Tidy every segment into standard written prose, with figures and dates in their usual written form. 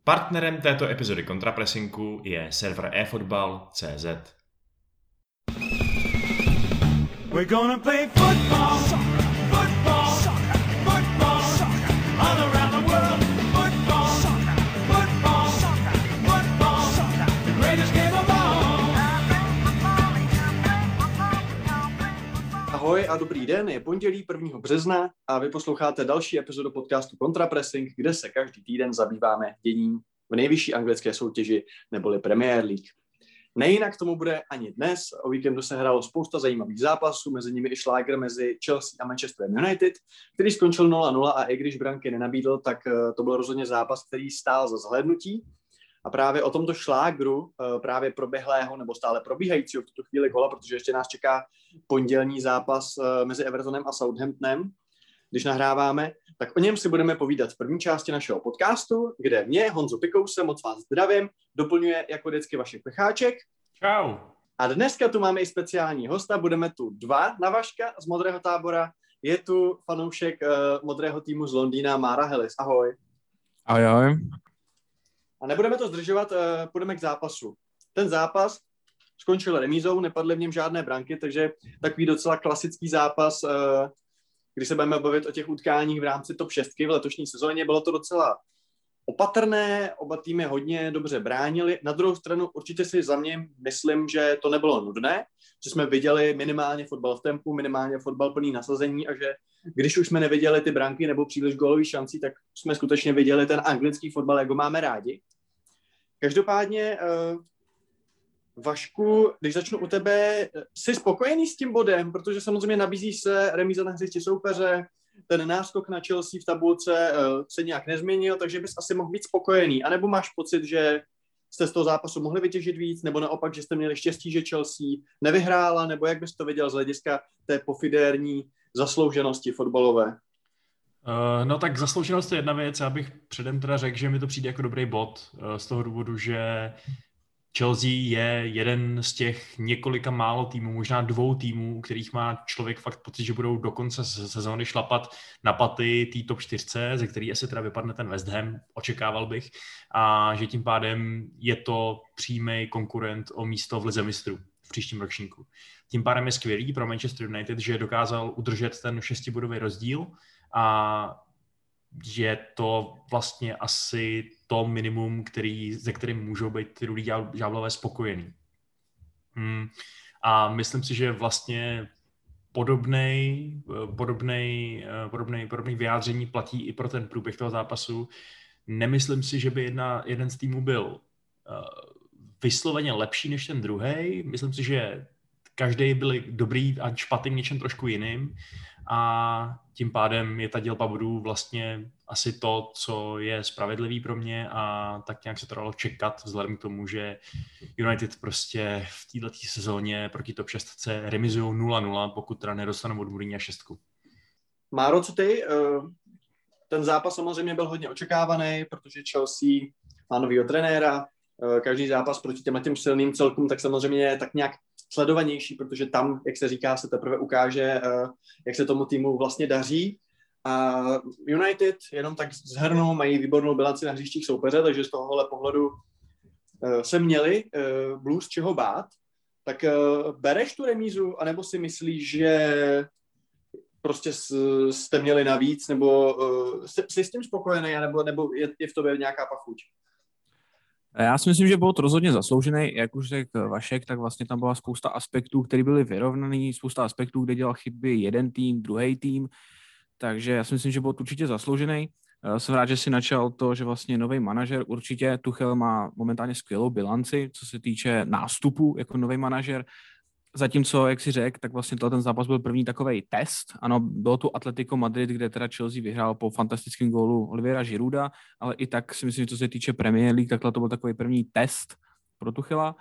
Partnerem této epizody Kontrapresinku je server eFootball.cz. We're gonna play football, football, football, all around the world. Football, football, football, the greatest game of all. Ahoj a dobrý den, je pondělí 1. března a vy posloucháte další epizodu podcastu Kontrapressing, kde se každý týden zabýváme děním v nejvyšší anglické soutěži neboli Premier League. Nejinak tomu bude ani dnes. O víkendu se hrálo spousta zajímavých zápasů, mezi nimi i šlágr mezi Chelsea a Manchesterem United, který skončil 0-0 a i když branky nenabídl, tak to byl rozhodně zápas, který stál za zhlédnutí. A právě o tomto šlágru, právě proběhlého nebo stále probíhajícího v tuto chvíli kola, protože ještě nás čeká pondělní zápas mezi Evertonem a Southamptonem, když nahráváme, tak o něm si budeme povídat v první části našeho podcastu, kde mě, Honzo Pikouse, moc vás zdravím, doplňuje jako vždycky Vašek Pecháček. Čau. A dneska tu máme i speciální hosta, budeme tu dva na Vaška z Modrého tábora. Je tu fanoušek Modrého týmu z Londýna, Mára Hellis. Ahoj. Ahoj. A nebudeme to zdržovat, půjdeme k zápasu. Ten zápas skončil remízou, nepadly v něm žádné branky, takže takový docela klasický zápas, když se budeme bavit o těch utkáních v rámci top 6 v letošní sezóně. Bylo to docela opatrné, oba týmy hodně dobře bránili. Na druhou stranu určitě si za mě myslím, že to nebylo nudné, že jsme viděli minimálně fotbal v tempu, minimálně fotbal plný nasazení a že když už jsme neviděli ty branky nebo příliš gólových šancí, tak jsme skutečně viděli ten anglický fotbal, jak ho máme rádi. Každopádně, Vašku, když začnu u tebe, jsi spokojený s tím bodem, protože samozřejmě nabízí se remíza na hřišti soupeře, ten náskok na Chelsea v tabulce se nějak nezměnil, takže bys asi mohl být spokojený. A nebo máš pocit, že jste z toho zápasu mohli vytěžit víc, nebo naopak, že jste měli štěstí, že Chelsea nevyhrála, nebo jak bys to viděl z hlediska té pofidérní zaslouženosti fotbalové? No tak zaslouženost je jedna věc, já bych předem teda řekl, že mi to přijde jako dobrý bod z toho důvodu, že Chelsea je jeden z těch několika málo týmů, možná dvou týmů, kterých má člověk fakt pocit, že budou do konce sezóny šlapat na paty té top 4, ze který asi teda vypadne ten West Ham, očekával bych, a že tím pádem je to přímý konkurent o místo v lize mistrů v příštím ročníku. Tím pádem je skvělý pro Manchester United, že dokázal udržet ten 6bodový rozdíl a je to vlastně asi to minimum, ze kterým můžou být ty rudý ďáblové spokojený. A myslím si, že vlastně podobný vyjádření platí i pro ten průběh toho zápasu. Nemyslím si, že by jeden z týmů byl vysloveně lepší než ten druhej. Myslím si, že každý byl dobrý a špatný v něčem trošku jiným. A tím pádem je ta dělba bodů vlastně asi to, co je spravedlivý pro mě a tak nějak se to dalo čekat vzhledem k tomu, že United prostě v této sezóně proti top 6 remizujou 0-0, pokud teda nedostanou od Mourinha 6. Máro, co ty? Ten zápas samozřejmě byl hodně očekávaný, protože Chelsea má novýho trenéra. Každý zápas proti těm silným celkům tak samozřejmě je tak nějak sledovanější, protože tam, jak se říká, se teprve ukáže, jak se tomu týmu vlastně daří. A United, jenom tak shrnou, mají výbornou bilanci na hřištích soupeře, takže z tohohle pohledu se měli Blues čeho bát. Tak bereš tu remízu, anebo si myslíš, že prostě jste měli navíc, nebo jsi s tím spokojený, nebo je v tobě nějaká pachuť? Já si myslím, že byl to rozhodně zasloužený, jak už řekl Vašek, tak vlastně tam byla spousta aspektů, které byly vyrovnaný, spousta aspektů, kde dělal chyby jeden tým, druhý tým, takže já si myslím, že byl určitě zasloužený. Jsem rád, že si načal to, že vlastně nový manažer, určitě Tuchel má momentálně skvělou bilanci, co se týče nástupu jako nový manažer. Zatímco, jak si řekl, tak vlastně ten zápas byl první takovej test. Ano, bylo tu Atletico Madrid, kde teda Chelsea vyhrál po fantastickém gólu Oliviera Girouda, ale i tak si myslím, že co se týče Premier League, takhle to byl takový první test pro Tuchela.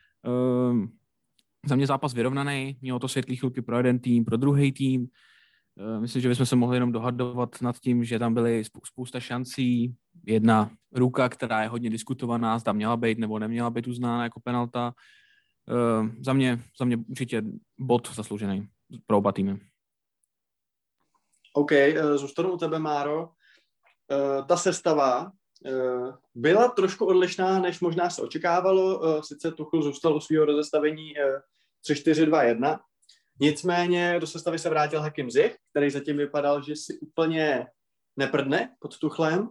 Za mě zápas vyrovnaný, mělo to světlý chvilky pro jeden tým, pro druhý tým. Myslím, že bychom se mohli jenom dohadovat nad tím, že tam byly spousta šancí. Jedna ruka, která je hodně diskutovaná, zda měla být nebo neměla být uznána jako penalta. Za mě určitě bod zasloužený pro oba týmy. OK, zůstanu u tebe, Máro. Ta sestava byla trošku odlišná, než možná se očekávalo. Sice Tuchel zůstal u svého rozestavení 3-4-2-1, nicméně do sestavy se vrátil Hakim Ziyech, který zatím vypadal, že si úplně neprdne pod Tuchlem.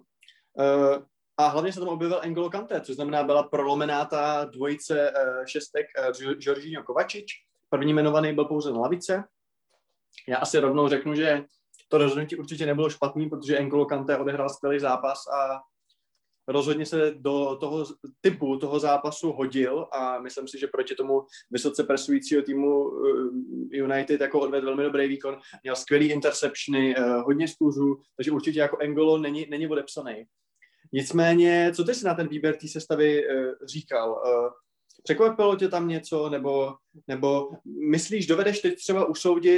A hlavně se tam objevil N'Golo Kanté, což znamená, byla prolomená ta dvojice šestek Jorginho Kovačič. První jmenovaný byl pouze na lavice. Já asi rovnou řeknu, že to rozhodnutí určitě nebylo špatný, protože N'Golo Kanté odehrál skvělý zápas a rozhodně se do toho typu toho zápasu hodil a myslím si, že proti tomu vysoce presujícího týmu United jako odvedl velmi dobrý výkon. Měl skvělý interceptiony, hodně skůzů, takže určitě jako N'Golo není odepsaný. Nicméně, co ty si na ten výběr té sestavy říkal? Překvapilo tě tam něco, nebo myslíš, dovedeš teď třeba usoudit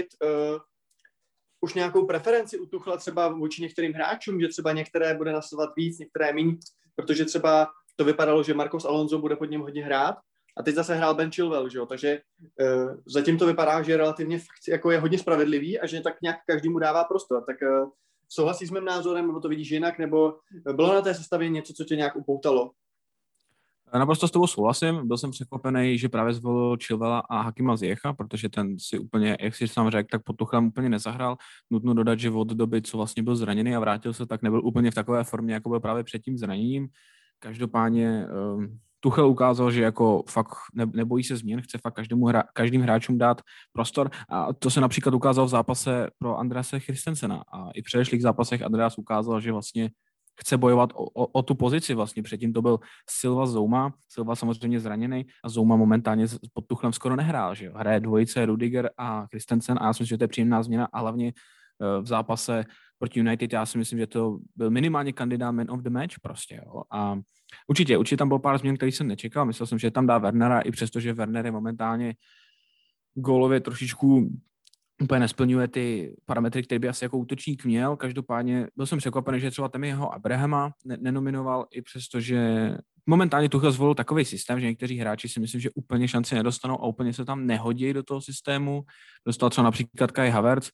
už nějakou preferenci u Tuchla třeba vůči některým hráčům, že třeba některé bude nasazovat víc, některé míň, protože třeba to vypadalo, že Marcos Alonso bude pod ním hodně hrát a teď zase hrál Ben Chilwell, že jo? Takže zatím to vypadá, že je relativně jako je hodně spravedlivý a že tak nějak každému dává prostor. Tak souhlasíš s mým názorem, nebo to vidíš jinak, nebo bylo na té sestavě něco, co tě nějak upoutalo? Naprosto s tebou souhlasím, byl jsem překvapený, že právě zvolil Chilwella a Hakima Ziyecha, protože ten si úplně, jak jsi sám řekl, tak pod Tuchlem úplně nezahrál. Nutno dodat, že od doby, co vlastně byl zraněný a vrátil se, tak nebyl úplně v takové formě, jako byl právě před tím zraněním. Každopádně Tuchel ukázal, že jako fakt nebojí se změn, chce fakt každým hráčům dát prostor a to se například ukázalo v zápase pro Andrease Christensena a i v předešlých zápasech Andreas ukázal, že vlastně chce bojovat o tu pozici vlastně. Předtím to byl Silva Zouma, Silva samozřejmě zraněný a Zouma momentálně pod Tuchlem skoro nehrál, že jo. Hraje dvojice Rudiger a Christensen a já si myslím, že to je příjemná změna a hlavně v zápase proti United já si myslím, že to byl minimálně kandidát man of the match prostě, jo. A určitě tam byl pár změn, který jsem nečekal. Myslel jsem, že tam dá Wernera, i přesto, že Werner je momentálně gólově trošičku úplně nesplňuje ty parametry, které by asi jako útočník měl. Každopádně byl jsem překvapený, že třeba Tammyho Abrahama nenominoval, i přesto, že momentálně Tuchel zvolil takový systém, že někteří hráči si myslím, že úplně šanci nedostanou a úplně se tam nehodí do toho systému. Dostal třeba například Kai Havertz,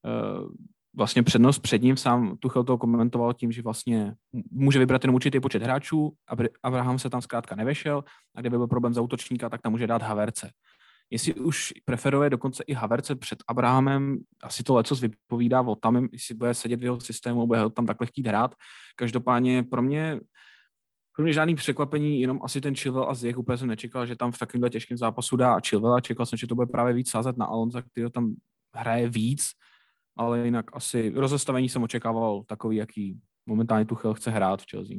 vlastně přednost před ním, sám Tuchel to komentoval tím, že vlastně může vybrat jenom určitý počet hráčů, Abraham se tam zkrátka nevešel a kdyby byl problém za útočníka, tak tam může dát Havertze. Jestli už preferuje dokonce i Havertze před Abrahamem, asi to lecos vypovídá o tam, jestli bude sedět v jeho systému, bude ho tam takhle chtít hrát. Každopádně pro mě žádný překvapení, jenom asi ten Chilwell a Ziyech, úplně jsem nečekal, že tam v takovémhle těžkém zápasu dá Chilwella, čekal jsem, že to bude právě víc sázet na Alonza, který tam hraje víc, ale jinak asi rozestavení jsem očekával takový, jaký momentálně Tuchel chce hrát v Chelsea.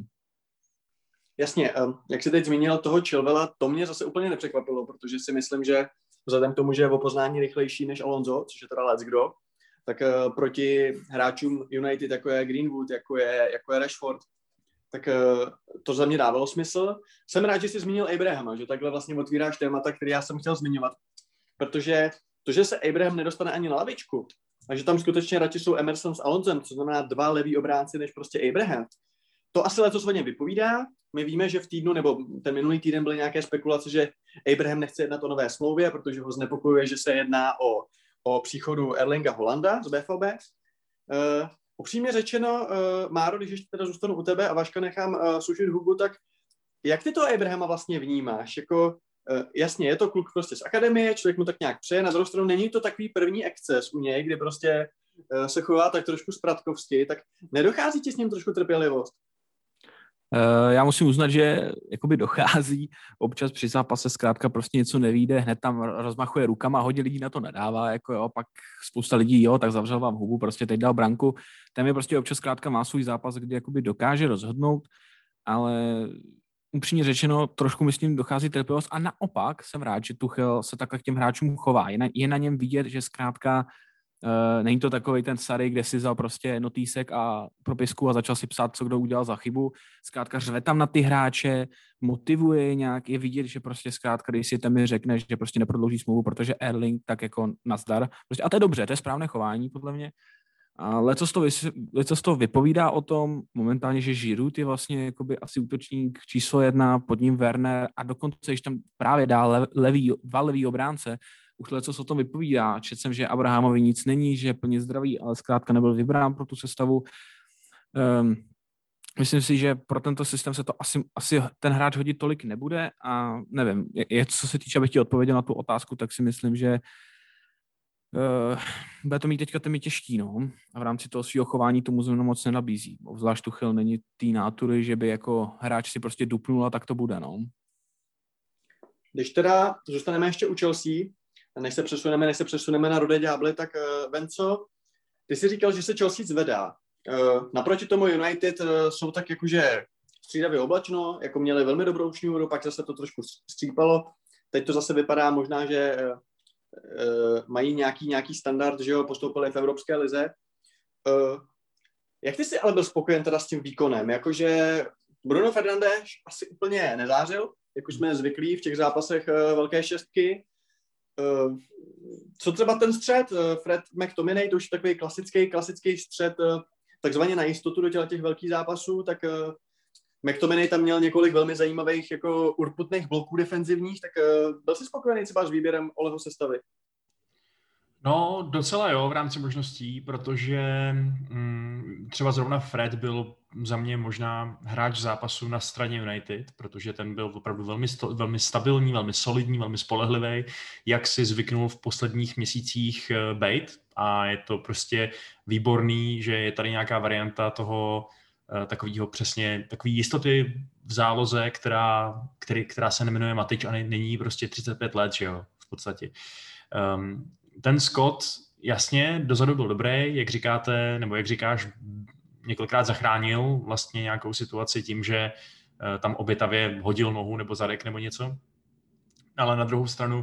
Jasně, jak jsi teď zmínil toho Chilwella, to mě zase úplně nepřekvapilo, protože si myslím, že vzhledem k tomu, že je o poznání rychlejší než Alonso, což je teda leckdo, tak proti hráčům United, jako je Greenwood, jako je Rashford, tak to za mě dávalo smysl. Jsem rád, že jsi zmínil Abrahama, že takhle vlastně otvíráš témata, které já jsem chtěl zmiňovat, protože to, že se Abraham nedostane ani na lavičku, a že tam skutečně radši jsou Emerson s Alonsem, co znamená dva leví obránci než prostě Abraham, to asi letos o něm vypovídá. My víme, že v týdnu, nebo ten minulý týden byly nějaké spekulace, že Abraham nechce jednat o nové smlouvě, protože ho znepokojuje, že se jedná o příchodu Erlinga Holanda z BVB. Upřímně řečeno, Máro, když ještě teda zůstanu u tebe a Vaška nechám sušit hubu, tak jak ty toho Abrahama vlastně vnímáš? Jako, jasně, je to kluk prostě z akademie, člověk mu tak nějak přeje, na druhou stranu není to takový první exces u něj, kdy prostě se chová tak trošku spratkovsky, tak nedochází ti s ním trošku trpělivost? Já musím uznat, že jakoby dochází, občas při zápase zkrátka prostě něco nevyjde, hned tam rozmachuje rukama, hodně lidí na to nadává, jako jo, pak spousta lidí, jo, tak zavřel vám hubu, prostě teď dal branku, tam je prostě občas zkrátka má svůj zápas, kdy jakoby dokáže rozhodnout, ale upřímně řečeno, trošku mi s ním dochází trpělivost a naopak jsem rád, že Tuchel se takhle k těm hráčům chová, je na něm vidět, že zkrátka není to takovej ten starý, kde si vzal prostě notýsek a propisku a začal si psát, co kdo udělal za chybu. Zkrátka řve tam na ty hráče, motivuje je nějak, je vidět, že prostě zkrátka, když si tam mi řekne, že prostě neprodlouží smlouvu, protože Erling tak jako nazdar. Prostě, a to je dobře, to je správné chování podle mě. A lecos to vypovídá o tom momentálně, že Giroud je vlastně jakoby asi útočník číslo 1, pod ním Werner a dokonce, když tam právě dá dva levý obránce, už lecos o tom vypovídá. Četl jsem, že Abrahamovi nic není, že je plně zdravý, ale zkrátka nebyl vybrán pro tu sestavu. myslím si, že pro tento systém se to asi ten hráč hodit tolik nebude a nevím, co se týče, abych ti odpověděl na tu otázku, tak si myslím, že bude to mít teďka těžký, no. A v rámci toho svého chování tomu zrovna moc nenabízí. Obzvlášť Tuchel není té nátury, že by jako hráč si prostě dupnul a tak to bude, no. Když teda zůstaneme ještě u Chelsea, než se přesuneme na Rudé ďábly, tak Venco, ty jsi říkal, že se Chelsea zvedá. Naproti tomu United jsou tak jakože střídavě oblačno, jako měli velmi dobrou šňůru, pak zase to trošku střípalo. Teď to zase vypadá možná, že mají nějaký standard, že jo, postoupili v Evropské lize. Jak ty jsi ale byl spokojen teda s tím výkonem? Jakože Bruno Fernandes asi úplně nezářil, jak už jsme zvyklí v těch zápasech velké šestky. Co třeba ten střed, Fred McTominay, to už je takový klasický střed, takzvaně na jistotu do těch velkých zápasů, tak McTominay tam měl několik velmi zajímavých jako urputných bloků defenzivních, tak byl jsi spokojený třeba s výběrem Oleho sestavy? No, docela jo, v rámci možností, protože třeba zrovna Fred byl za mě možná hráč zápasu na straně United, protože ten byl opravdu velmi stabilní, velmi solidní, velmi spolehlivý, jak si zvyknul v posledních měsících bejt, a je to prostě výborný, že je tady nějaká varianta toho takového přesně, takový jistoty v záloze, která se nemenuje Matič a není prostě 35 let, že jo, v podstatě. Ten Scott jasně dozadu byl dobrý, jak říkáte, nebo jak říkáš, několikrát zachránil vlastně nějakou situaci tím, že tam obětavě hodil nohu nebo zadek nebo něco. Ale na druhou stranu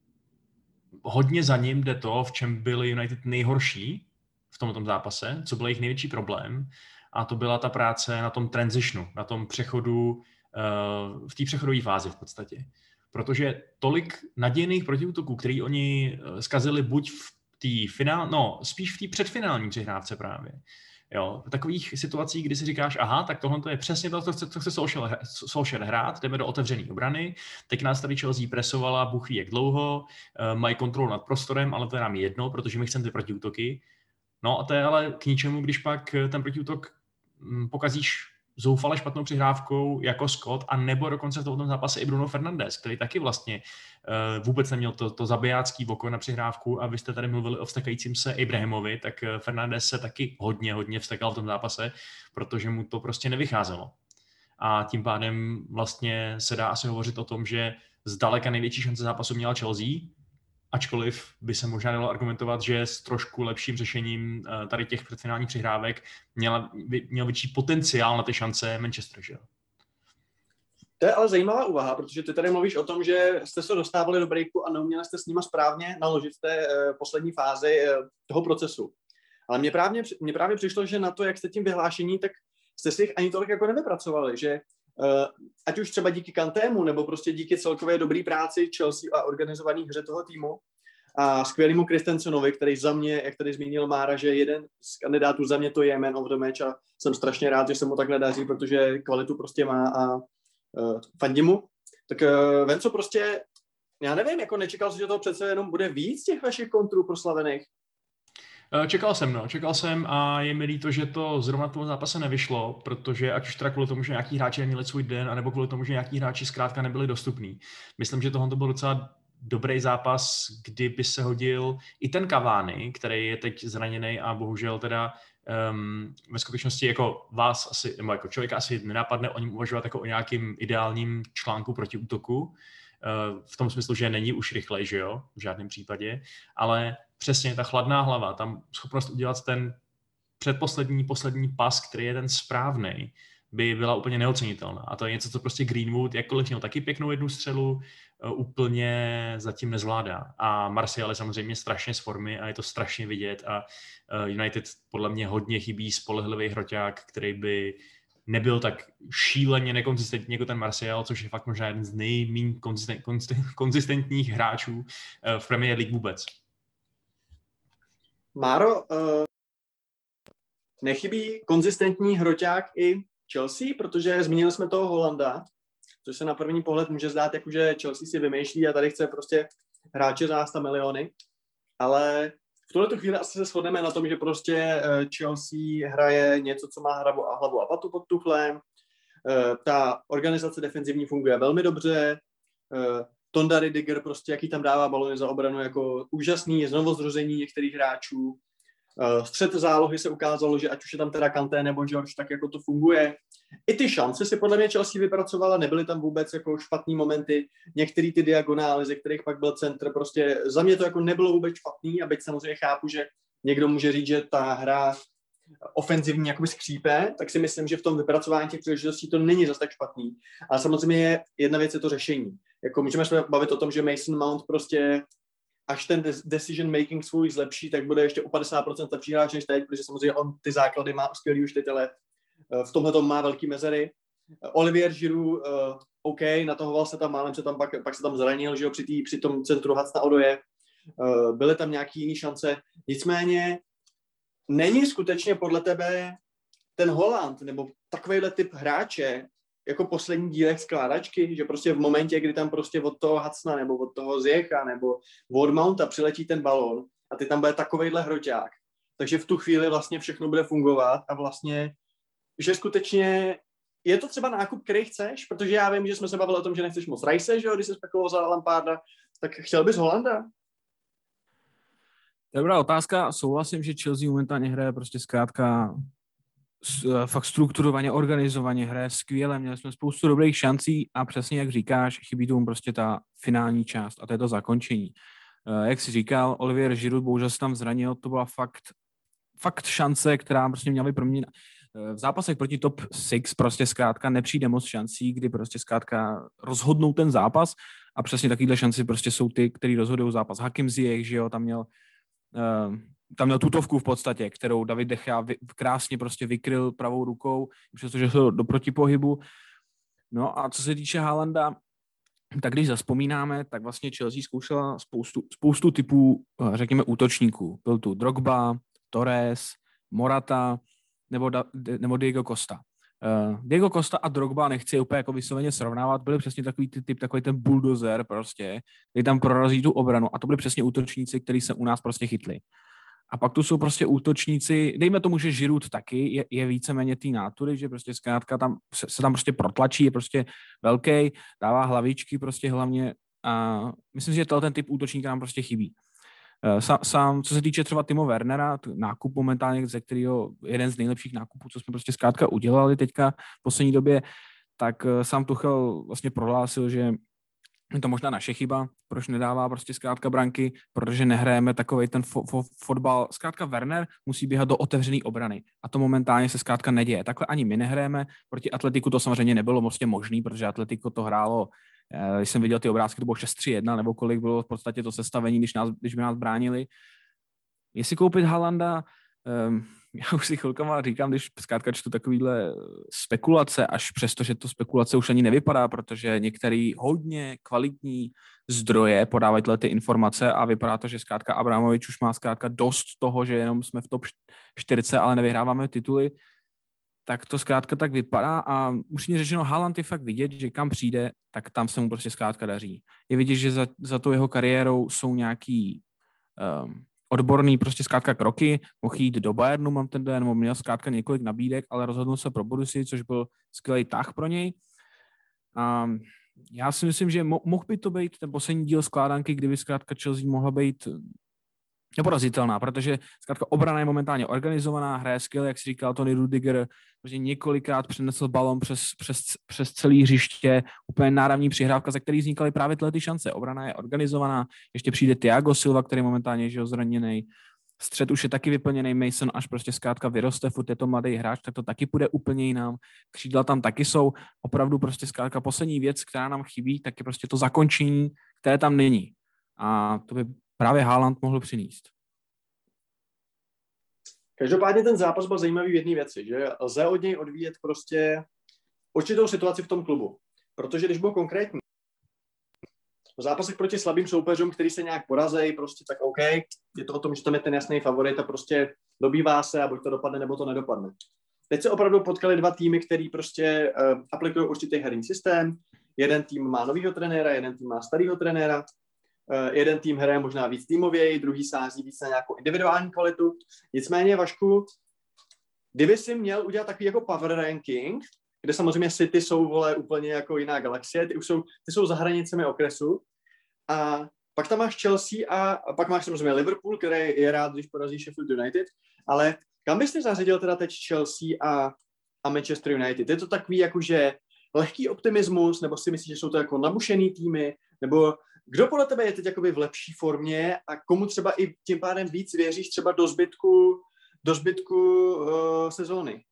hodně za ním jde to, v čem byl United nejhorší v tomto zápase, co byl jejich největší problém, a to byla ta práce na tom transitionu, na tom přechodu, v té přechodové fázi v podstatě. Protože tolik nadějných protiútoků, který oni zkazili buď v té spíš v té předfinální přihrávce právě. Jo, v takových situacích, kdy si říkáš, aha, tak tohle je přesně to, co chce Solskjaer hrát, jdeme do otevřené obrany, teď nás tady Chelsea presovala, Bůh ví jak dlouho, mají kontrolu nad prostorem, ale to je nám jedno, protože my chceme ty protiútoky. No a to je ale k ničemu, když pak ten protiútok pokazíš zoufale špatnou přihrávkou jako Scott, a nebo dokonce v tom zápase i Bruno Fernandes, který taky vlastně vůbec neměl to zabijácký oko na přihrávku, a vy jste tady mluvili o vztekajícím se Ibrahimovi, tak Fernandes se taky hodně vztekal v tom zápase, protože mu to prostě nevycházelo. A tím pádem vlastně se dá asi hovořit o tom, že zdaleka největší šance zápasu měla Chelsea, ačkoliv by se možná dalo argumentovat, že s trošku lepším řešením tady těch předfinálních přihrávek měl větší potenciál na ty šance Manchester, že jo? To je ale zajímavá úvaha, protože ty tady mluvíš o tom, že jste se dostávali do breaku a neuměli jste s nima správně naložit v té poslední fázi toho procesu. Ale mně právě přišlo, že na to, jak jste tím vyhlášení, tak jste si jich ani tolik jako nevypracovali, že ať už třeba díky Kantému, nebo prostě díky celkové dobré práci Chelsea a organizovaný hře toho týmu a skvělému Christensenovi, který za mě, jak tady zmínil Mára, že jeden z kandidátů za mě to je man of the match, a jsem strašně rád, že se mu takhle daří, protože kvalitu prostě má a fandím mu. Tak Venco, prostě, já nevím, jako nečekal jsem, že toho přece jenom bude víc těch vašich kontrů proslavených. Čekal jsem a je mi líto, že to zrovna tomu zápase nevyšlo, protože ať už teda kvůli tomu, že nějaký hráči neměli svůj den, anebo kvůli tomu, že nějaký hráči zkrátka nebyli dostupní. Myslím, že tohle byl docela dobrý zápas, kdyby se hodil i ten Cavani, který je teď zraněný a bohužel teda ve skutečnosti jako vás asi, nebo jako člověka asi nenapadne o něm uvažovat jako o nějakým ideálním článku proti útoku, v tom smyslu, že není už rychlej, že jo, v žádném případě, ale přesně ta chladná hlava, tam schopnost udělat ten poslední pas, který je ten správnej, by byla úplně neocenitelná. A to je něco, co prostě Greenwood, jakkoliv měl taky pěknou jednu střelu, úplně zatím nezvládá. A Martial je samozřejmě strašně z formy a je to strašně vidět, a United podle mě hodně chybí spolehlivý hroťák, který by nebyl tak šíleně nekonzistentní jako ten Martial, což je fakt možná jeden z nejméně konzistentních hráčů v Premier League vůbec. Máro, nechybí konzistentní hroťák i Chelsea, protože zmínili jsme toho Holanda, což se na první pohled může zdát, jakože Chelsea si vymýšlí a tady chce prostě hráče za 100 miliony, ale v tuhletu chvíli asi se shodneme na tom, že prostě Chelsea hraje něco, co má hlavu a patu pod Tuchlem. Ta organizace defenzivní funguje velmi dobře. Tonda Rudiger prostě, jaký tam dává balony za obranu, jako úžasný znovuzrození některých hráčů. Střed zálohy se ukázalo, že ať už je tam teda Kanté nebo George, tak jako to funguje. I ty šance si podle mě Chelsea vypracovala, nebyly tam vůbec jako špatný momenty, některé ty diagonály, ze kterých pak byl centr, prostě za mě to jako nebylo vůbec špatný, a byť samozřejmě chápu, že někdo může říct, že ta hra ofenzivní jakoby skřípe, tak si myslím, že v tom vypracování těch příležitostí to není zase tak špatný. Ale samozřejmě jedna věc je to řešení. Jako můžeme se bavit o tom, že Mason Mount prostě až ten decision making svůj zlepší, tak bude ještě o 50% lepší hráč než teď, protože samozřejmě on ty základy má skvělý už teď, ale v tomhle tom má velký mezery. Olivier Giroud, OK, natahoval se tam málem, pak se tam zranil, že jo, při tom centru Hudson-Odoi. Byly tam nějaký jiný šance. Nicméně není skutečně podle tebe ten Haaland nebo takovejhle typ hráče jako poslední dílek skládačky, že prostě v momentě, kdy tam prostě od toho Hudsona nebo od toho Ziecha nebo od Mounta přiletí ten balón a ty tam bude takovejhle hroťák, takže v tu chvíli vlastně všechno bude fungovat a vlastně, že skutečně je to třeba nákup, který chceš, protože já vím, že jsme se bavili o tom, že nechceš moc Rice, že jo, když se spekuloval za Lamparda, tak chtěl bys Hollanda? Dobrá otázka, souhlasím, že Chelsea momentálně hraje prostě zkrátka fakt strukturovaně, organizovaně, hraje skvěle, měli jsme spoustu dobrých šancí a přesně jak říkáš, chybí tomu prostě ta finální část a to je to zakončení. Jak jsi říkal, Olivier Giroud bohužel se tam zranil, to byla fakt šance, která prostě měla být pro mě v zápasech proti top 6 prostě zkrátka nepřijde moc šancí, kdy prostě zkrátka rozhodnou ten zápas a přesně takovýhle šanci prostě jsou ty, který rozhodují zápas. Hakim Ziyech, že jo, tam měl tutovku v podstatě, kterou David De Gea krásně prostě vykryl pravou rukou, přestože šel do protipohybu. No a co se týče Haalanda, tak když zavzpomínáme, tak vlastně Chelsea zkoušela spoustu typů, řekněme, útočníků. Byl tu Drogba, Torres, Morata nebo Diego Costa. Diego Costa a Drogba nechci úplně jako vysloveně srovnávat, byli přesně takový ten bulldozer prostě, který tam prorazí tu obranu a to byli přesně útočníci, kteří se u nás prostě chytli. A pak tu jsou prostě útočníci, dejme tomu, že Giroud taky je víceméně té nátury, že prostě zkrátka se tam prostě protlačí, je prostě velký, dává hlavičky prostě hlavně a myslím si, že ten typ útočníka nám prostě chybí. Sám, co se týče třeba Timo Wernera, nákup momentálně, ze kterého jeden z nejlepších nákupů, co jsme prostě zkrátka udělali teďka v poslední době, tak sám Tuchel vlastně prohlásil, že je to možná naše chyba, proč nedává prostě zkrátka branky, protože nehrajeme takovej ten fotbal. Zkrátka Werner musí běhat do otevřené obrany a to momentálně se zkrátka neděje. Takhle ani my nehrajeme, proti Atletiku to samozřejmě nebylo prostě možný, protože Atletico to hrálo, když jsem viděl ty obrázky, to bylo 6-3-1, nebo kolik bylo v podstatě to sestavení, když by nás bránili. Jestli koupit Haalanda, já už si chvilkama říkám, když zkrátka čtu takovýhle spekulace, až přesto, že to spekulace už ani nevypadá, protože některý hodně kvalitní zdroje podávají ty informace a vypadá to, že zkrátka Abramovič už má zkrátka dost toho, že jenom jsme v top 40, ale nevyhráváme tituly, tak to zkrátka tak vypadá a upřímně řečeno Haaland je fakt vidět, že kam přijde, tak tam se mu prostě zkrátka daří. Je vidět, že za tou jeho kariérou jsou nějaký odborný prostě zkrátka kroky, mohl jít do Bayernu, mám ten den, měl zkrátka několik nabídek, ale rozhodnul se pro Borussii, což byl skvělý tah pro něj. A já si myslím, že mohl by to být ten poslední díl skládanky, kdyby zkrátka Chelsea mohla být neporazitelná, protože zkrátka obrana je momentálně organizovaná, hraje skvěle, jak si říkal Tony Rudiger, protože několikrát přenesl balon přes celý hřiště, úplně náravní přihrávka, za který vznikaly právě tyhle ty šance. Obrana je organizovaná, ještě přijde Thiago Silva, který momentálně je zraněný. Střed už je taky vyplněný, Mason až prostě zkrátka vyroste, furt je to mladý hráč, tak to taky půjde úplně jinam. Křídla tam taky jsou, opravdu prostě zkrátka poslední věc, která nám chybí, tak je prostě to zakončení, které tam není. A to by právě Haaland mohl přinést. Každopádně ten zápas byl zajímavý v jedné věci, že lze od něj odvíjet prostě určitou situaci v tom klubu. Protože když byl konkrétní, v zápasech proti slabým soupeřům, který se nějak porazejí, prostě tak OK, je to o tom, že tam je ten jasný favorit a prostě dobývá se a buď to dopadne, nebo to nedopadne. Teď se opravdu potkali dva týmy, který prostě aplikují určitý herní systém. Jeden tým má novýho trenéra, jeden tým má starýho trenéra. Jeden tým hraje možná víc týmově, druhý sází víc na nějakou individuální kvalitu. Nicméně, Vašku, kdyby si měl udělat takový jako power ranking, kde samozřejmě City jsou, vole, úplně jako jiná galaxie, ty jsou za hranicemi okresu, a pak tam máš Chelsea a pak máš samozřejmě Liverpool, který je rád, když porazí Sheffield United, ale kam bys ty zařadil teda teď Chelsea a Manchester United? Je to takový jakože lehký optimismus, nebo si myslíš, že jsou to jako nabušený týmy, nebo kdo podle tebe je teď jakoby v lepší formě a komu třeba i tím pádem víc věříš třeba do zbytku sezóny?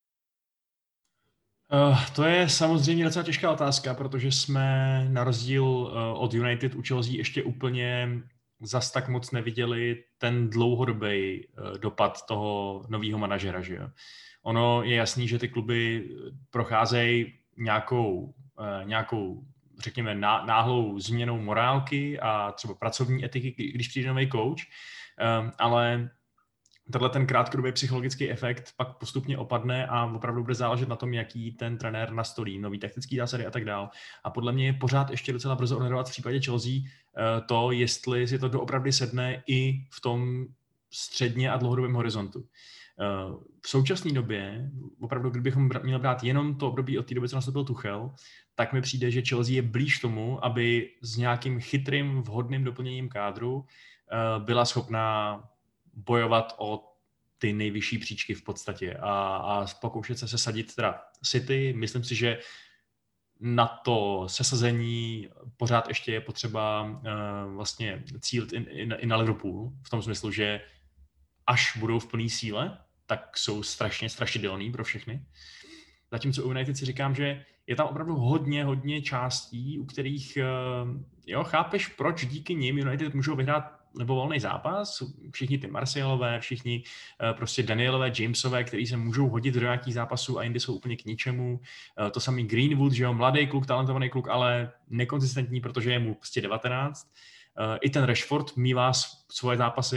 To je samozřejmě docela těžká otázka, protože jsme na rozdíl od United u Chelsea ještě úplně zas tak moc neviděli ten dlouhodobý dopad toho nového manažera. Že jo? Ono je jasný, že ty kluby procházejí nějakou řekněme, náhlou změnou morálky a třeba pracovní etiky, když přijde nový coach, ale tenhle ten krátkodobý psychologický efekt pak postupně opadne a opravdu bude záležet na tom, jaký ten trenér nastolí, nový taktický zásady a tak dál. A podle mě je pořád ještě docela brzo odhadovat v případě Chelsea to, jestli si to doopravdy sedne i v tom středně a dlouhodobém horizontu. V současné době, opravdu, kdybychom měli brát jenom to období od té doby, co nastoupil Tuchel, tak mi přijde, že Chelsea je blíž tomu, aby s nějakým chytrým, vhodným doplněním kádru byla schopná bojovat o ty nejvyšší příčky v podstatě a pokoušet se sesadit teda City. Myslím si, že na to sesazení pořád ještě je potřeba vlastně cílit i na Liverpool, v tom smyslu, že až budou v plné síle, tak jsou strašně strašidelný pro všechny. Zatímco u United si říkám, že je tam opravdu hodně částí, u kterých chápeš, proč díky nim United můžou vyhrát libovolný zápas. Všichni ty Martialové, všichni prostě Danielové, Jamesové, kteří se můžou hodit do nějakých zápasů a jindy jsou úplně k ničemu. To samý Greenwood, že jo, mladý kluk, talentovaný kluk, ale nekonzistentní, protože je mu prostě 19. I ten Rashford mívá svoje zápasy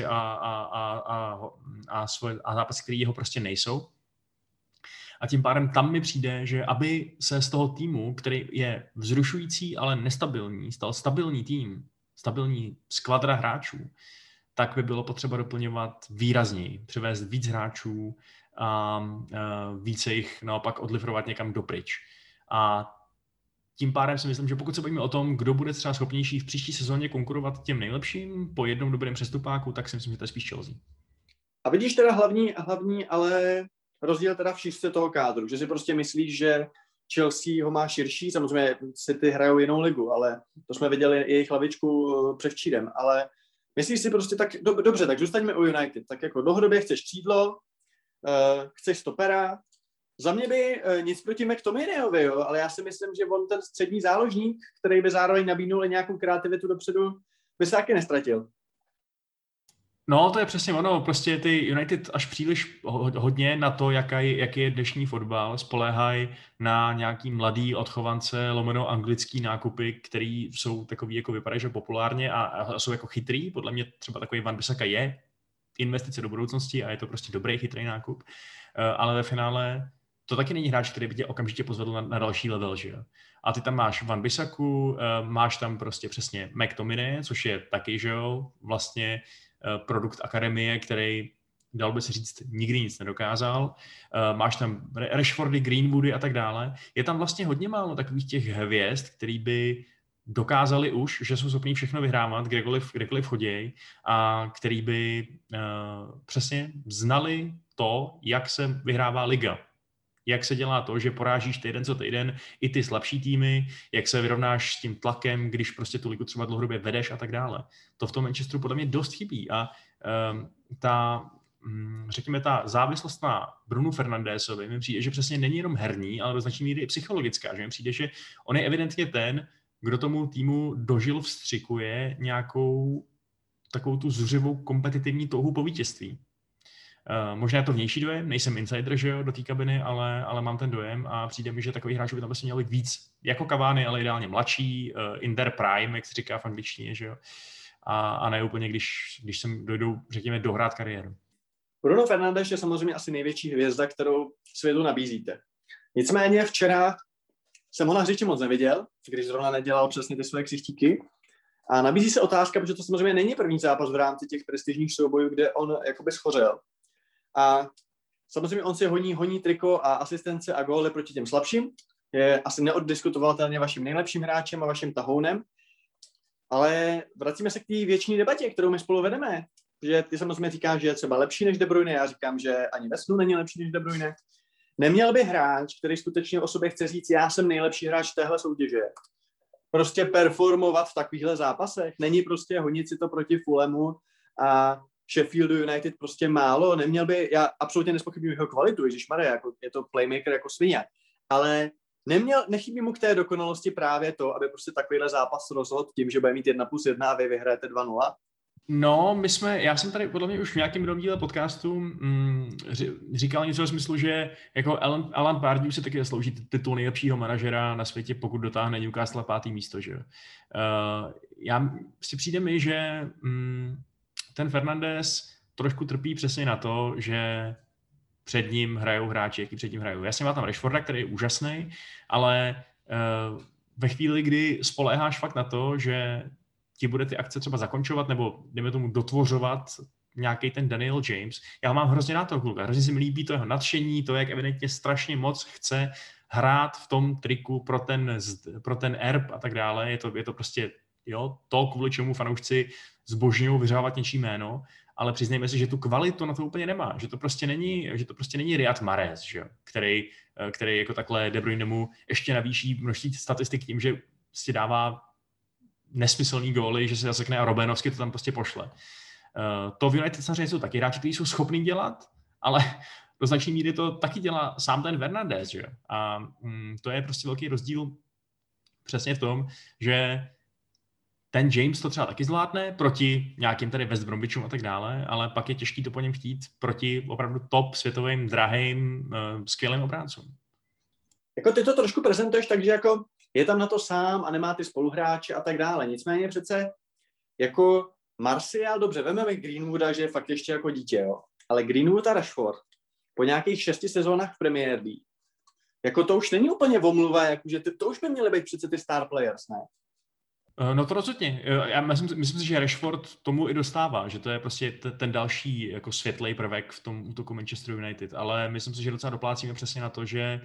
a zápasy, které jeho prostě nejsou. A tím pádem tam mi přijde, že aby se z toho týmu, který je vzrušující, ale nestabilní, stal stabilní tým, stabilní skvadra hráčů, tak by bylo potřeba doplňovat výrazněji, přivést víc hráčů a více jich naopak odlifrovat někam dopryč. A tím pádem si myslím, že pokud se bavíme o tom, kdo bude třeba schopnější v příští sezóně konkurovat těm nejlepším po jednom dobrém přestupáku, tak si myslím, že to je spíš Chelsea. A vidíš teda hlavní, ale rozdíl teda v šířce toho kádru, že si prostě myslíš, že Chelsea ho má širší, samozřejmě City hrajou jinou ligu, ale to jsme viděli jejich lavičku převčírem, ale myslíš si prostě tak, dobře, tak zůstaňme u United, tak jako dlouhodobě chceš křídlo, chceš stopera, za mě by nic proti McTominayhovi, jo, ale já si myslím, že on ten střední záložník, který by zároveň nabídnul i nějakou kreativitu dopředu, by se taky nestratil. No, to je přesně ono. Prostě ty United až příliš hodně na to, jaký je dnešní fotbal, spoléhají na nějaký mladý odchovance, lomeno anglický nákupy, který jsou takový, jako vypadají, že populárně a jsou jako chytrý. Podle mě třeba takový Van Bissaka je investice do budoucnosti a je to prostě dobrý, chytrý nákup. Ale ve finále to taky není hráč, který by tě okamžitě pozvedl na další level, že jo. A ty tam máš Van Bissaku, máš tam prostě přesně McTominay, což je taky, že jo, vlastně produkt akademie, který, dal by se říct, nikdy nic nedokázal. Máš tam Rashfordy, Greenwoody a tak dále. Je tam vlastně hodně málo takových těch hvězd, který by dokázali už, že jsou schopní všechno vyhrávat, kdekoliv chodějí a který by přesně znali to, jak se vyhrává liga. Jak se dělá to, že porážíš týden co týden i ty slabší týmy, jak se vyrovnáš s tím tlakem, když prostě tu ligu třeba dlouhodobě vedeš a tak dále. To v tom Manchesteru podle mě dost chybí a řekněme, ta závislost na Brunu Fernandesovi mi přijde, že přesně není jenom herní, ale do značné míry i psychologická, že mi přijde, že on je evidentně ten, kdo tomu týmu dožil vstřikuje nějakou takovou tu zuřivou kompetitivní touhu po vítězství. Možná je to vnější dojem, nejsem insider, že jo, do té kabiny, ale mám ten dojem a přijde mi, že takový hráčů by tam vlastně měl být víc jako Cavani, ale ideálně mladší, in their prime, jak se říká v angličtině, že jo. A ne úplně, když sem dojdou, řekněme, dohrát kariéru. Bruno Fernandes je samozřejmě asi největší hvězda, kterou světu nabízíte. Nicméně včera jsem ho na hřišti moc neviděl, když zrovna nedělal přesně ty své ksichtíky. A nabízí se otázka, protože to samozřejmě není první zápas v rámci těch prestižních soubojů, kde on jakoby schořel. A samozřejmě on si honí triko a asistence a góly proti těm slabším. Je asi neoddiskutovatelně vaším nejlepším hráčem a vaším tahounem. Ale vracíme se k té věčné debatě, kterou my spolu vedeme. Že ty samozřejmě říkáš, že je třeba lepší než De Bruyne, já říkám, že ani ve snu není lepší než De Bruyne. Neměl by hráč, který skutečně o sobě chce říct, já jsem nejlepší hráč téhle soutěže, prostě performovat v takovýchhle zápasech. Není prostě honit si to proti Fulhamu a Sheffieldu United prostě málo. Neměl by, já absolutně nezpochybňuji jeho kvalitu, ježišmarja, jako je to playmaker jako svině, ale nechybí mu k té dokonalosti právě to, aby prostě takovýhle zápas rozhodl tím, že bude mít 1+1 a vy vyhrajete 2-0. No, já jsem tady podle mě už v nějakém druhém díle podcastu říkal něco v smyslu, že jako Alan Pardew si taky zaslouží titul nejlepšího manažera na světě, pokud dotáhne Newcastle 5. místo, že jo. Přijde mi, že ten Fernandes trošku trpí přesně na to, že před ním hrajou hráči, jaký před ním hrajou. Jasně má tam Rashforda, který je úžasný, ale ve chvíli, kdy spoléháš fakt na to, že ti bude ty akce třeba zakončovat nebo dejme tomu dotvořovat nějaký ten Daniel James. Já mám hrozně rád toho kluka, hrozně se mi líbí to jeho nadšení, to, jak evidentně strašně moc chce hrát v tom triku pro ten erb a tak dále. Je to prostě to, kvůli čemu fanoušci zbožňují vyřávat něčí jméno, ale přiznejme si, že tu kvalitu na to úplně nemá, že to prostě není Riyad Mahrez, že? Který jako takhle De Bruyne mu ještě navýší množství statistik tím, že si dává nesmyslný góly, že se zasekne a Robenovsky to tam prostě pošle. To v United samozřejmě jsou taky hráči, kteří jsou schopní dělat, ale do značné míry to taky dělá sám ten Fernandes, že? A to je prostě velký rozdíl přesně v tom, že ten James to třeba taky zvládne proti nějakým tady West Bromwichům a tak dále, ale pak je těžký to po něm chtít proti opravdu top světovým, drahým, skvělým obráncům. Jako ty to trošku prezentuješ, takže jako je tam na to sám a nemá ty spoluhráče a tak dále. Nicméně přece jako Martial, dobře, vememe Greenwooda, že je fakt ještě jako dítě, jo. Ale Greenwood a Rashford po nějakých 6 sezónách v Premier League, jako to už není úplně omluva, jakože to už by měly být přece ty star players, ne? No to rozhodně. Já myslím si, že Rashford tomu i dostává, že to je prostě ten další jako světlej prvek v tom útoku Manchester United, ale myslím si, že docela doplácíme přesně na to, že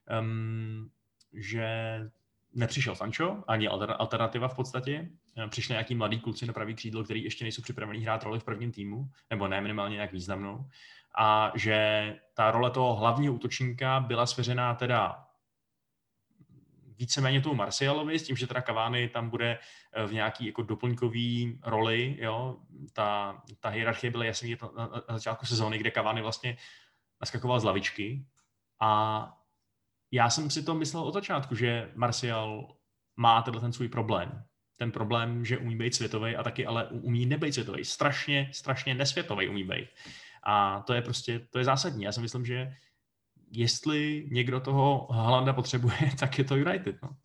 nepřišel Sancho, ani alternativa v podstatě. Přišli nějaký mladý kluci na pravý křídlo, který ještě nejsou připravení hrát roli v prvním týmu, nebo ne minimálně nějak významnou. A že ta role toho hlavního útočníka byla svěřená teda víceméně tomu Martialovi, s tím, že teda Cavani tam bude v nějaký jako doplňkový roli. Jo? Ta hierarchie byla jasně na začátku sezóny, kde Cavani vlastně naskakoval z lavičky. A já jsem si to myslel od začátku, že Martial má ten svůj problém. Ten problém, že umí být světový a taky ale umí nebejt světový. Strašně nesvětový umí být. A to je zásadní. Já si myslím, že jestli někdo toho Haalanda potřebuje, tak je to United. No.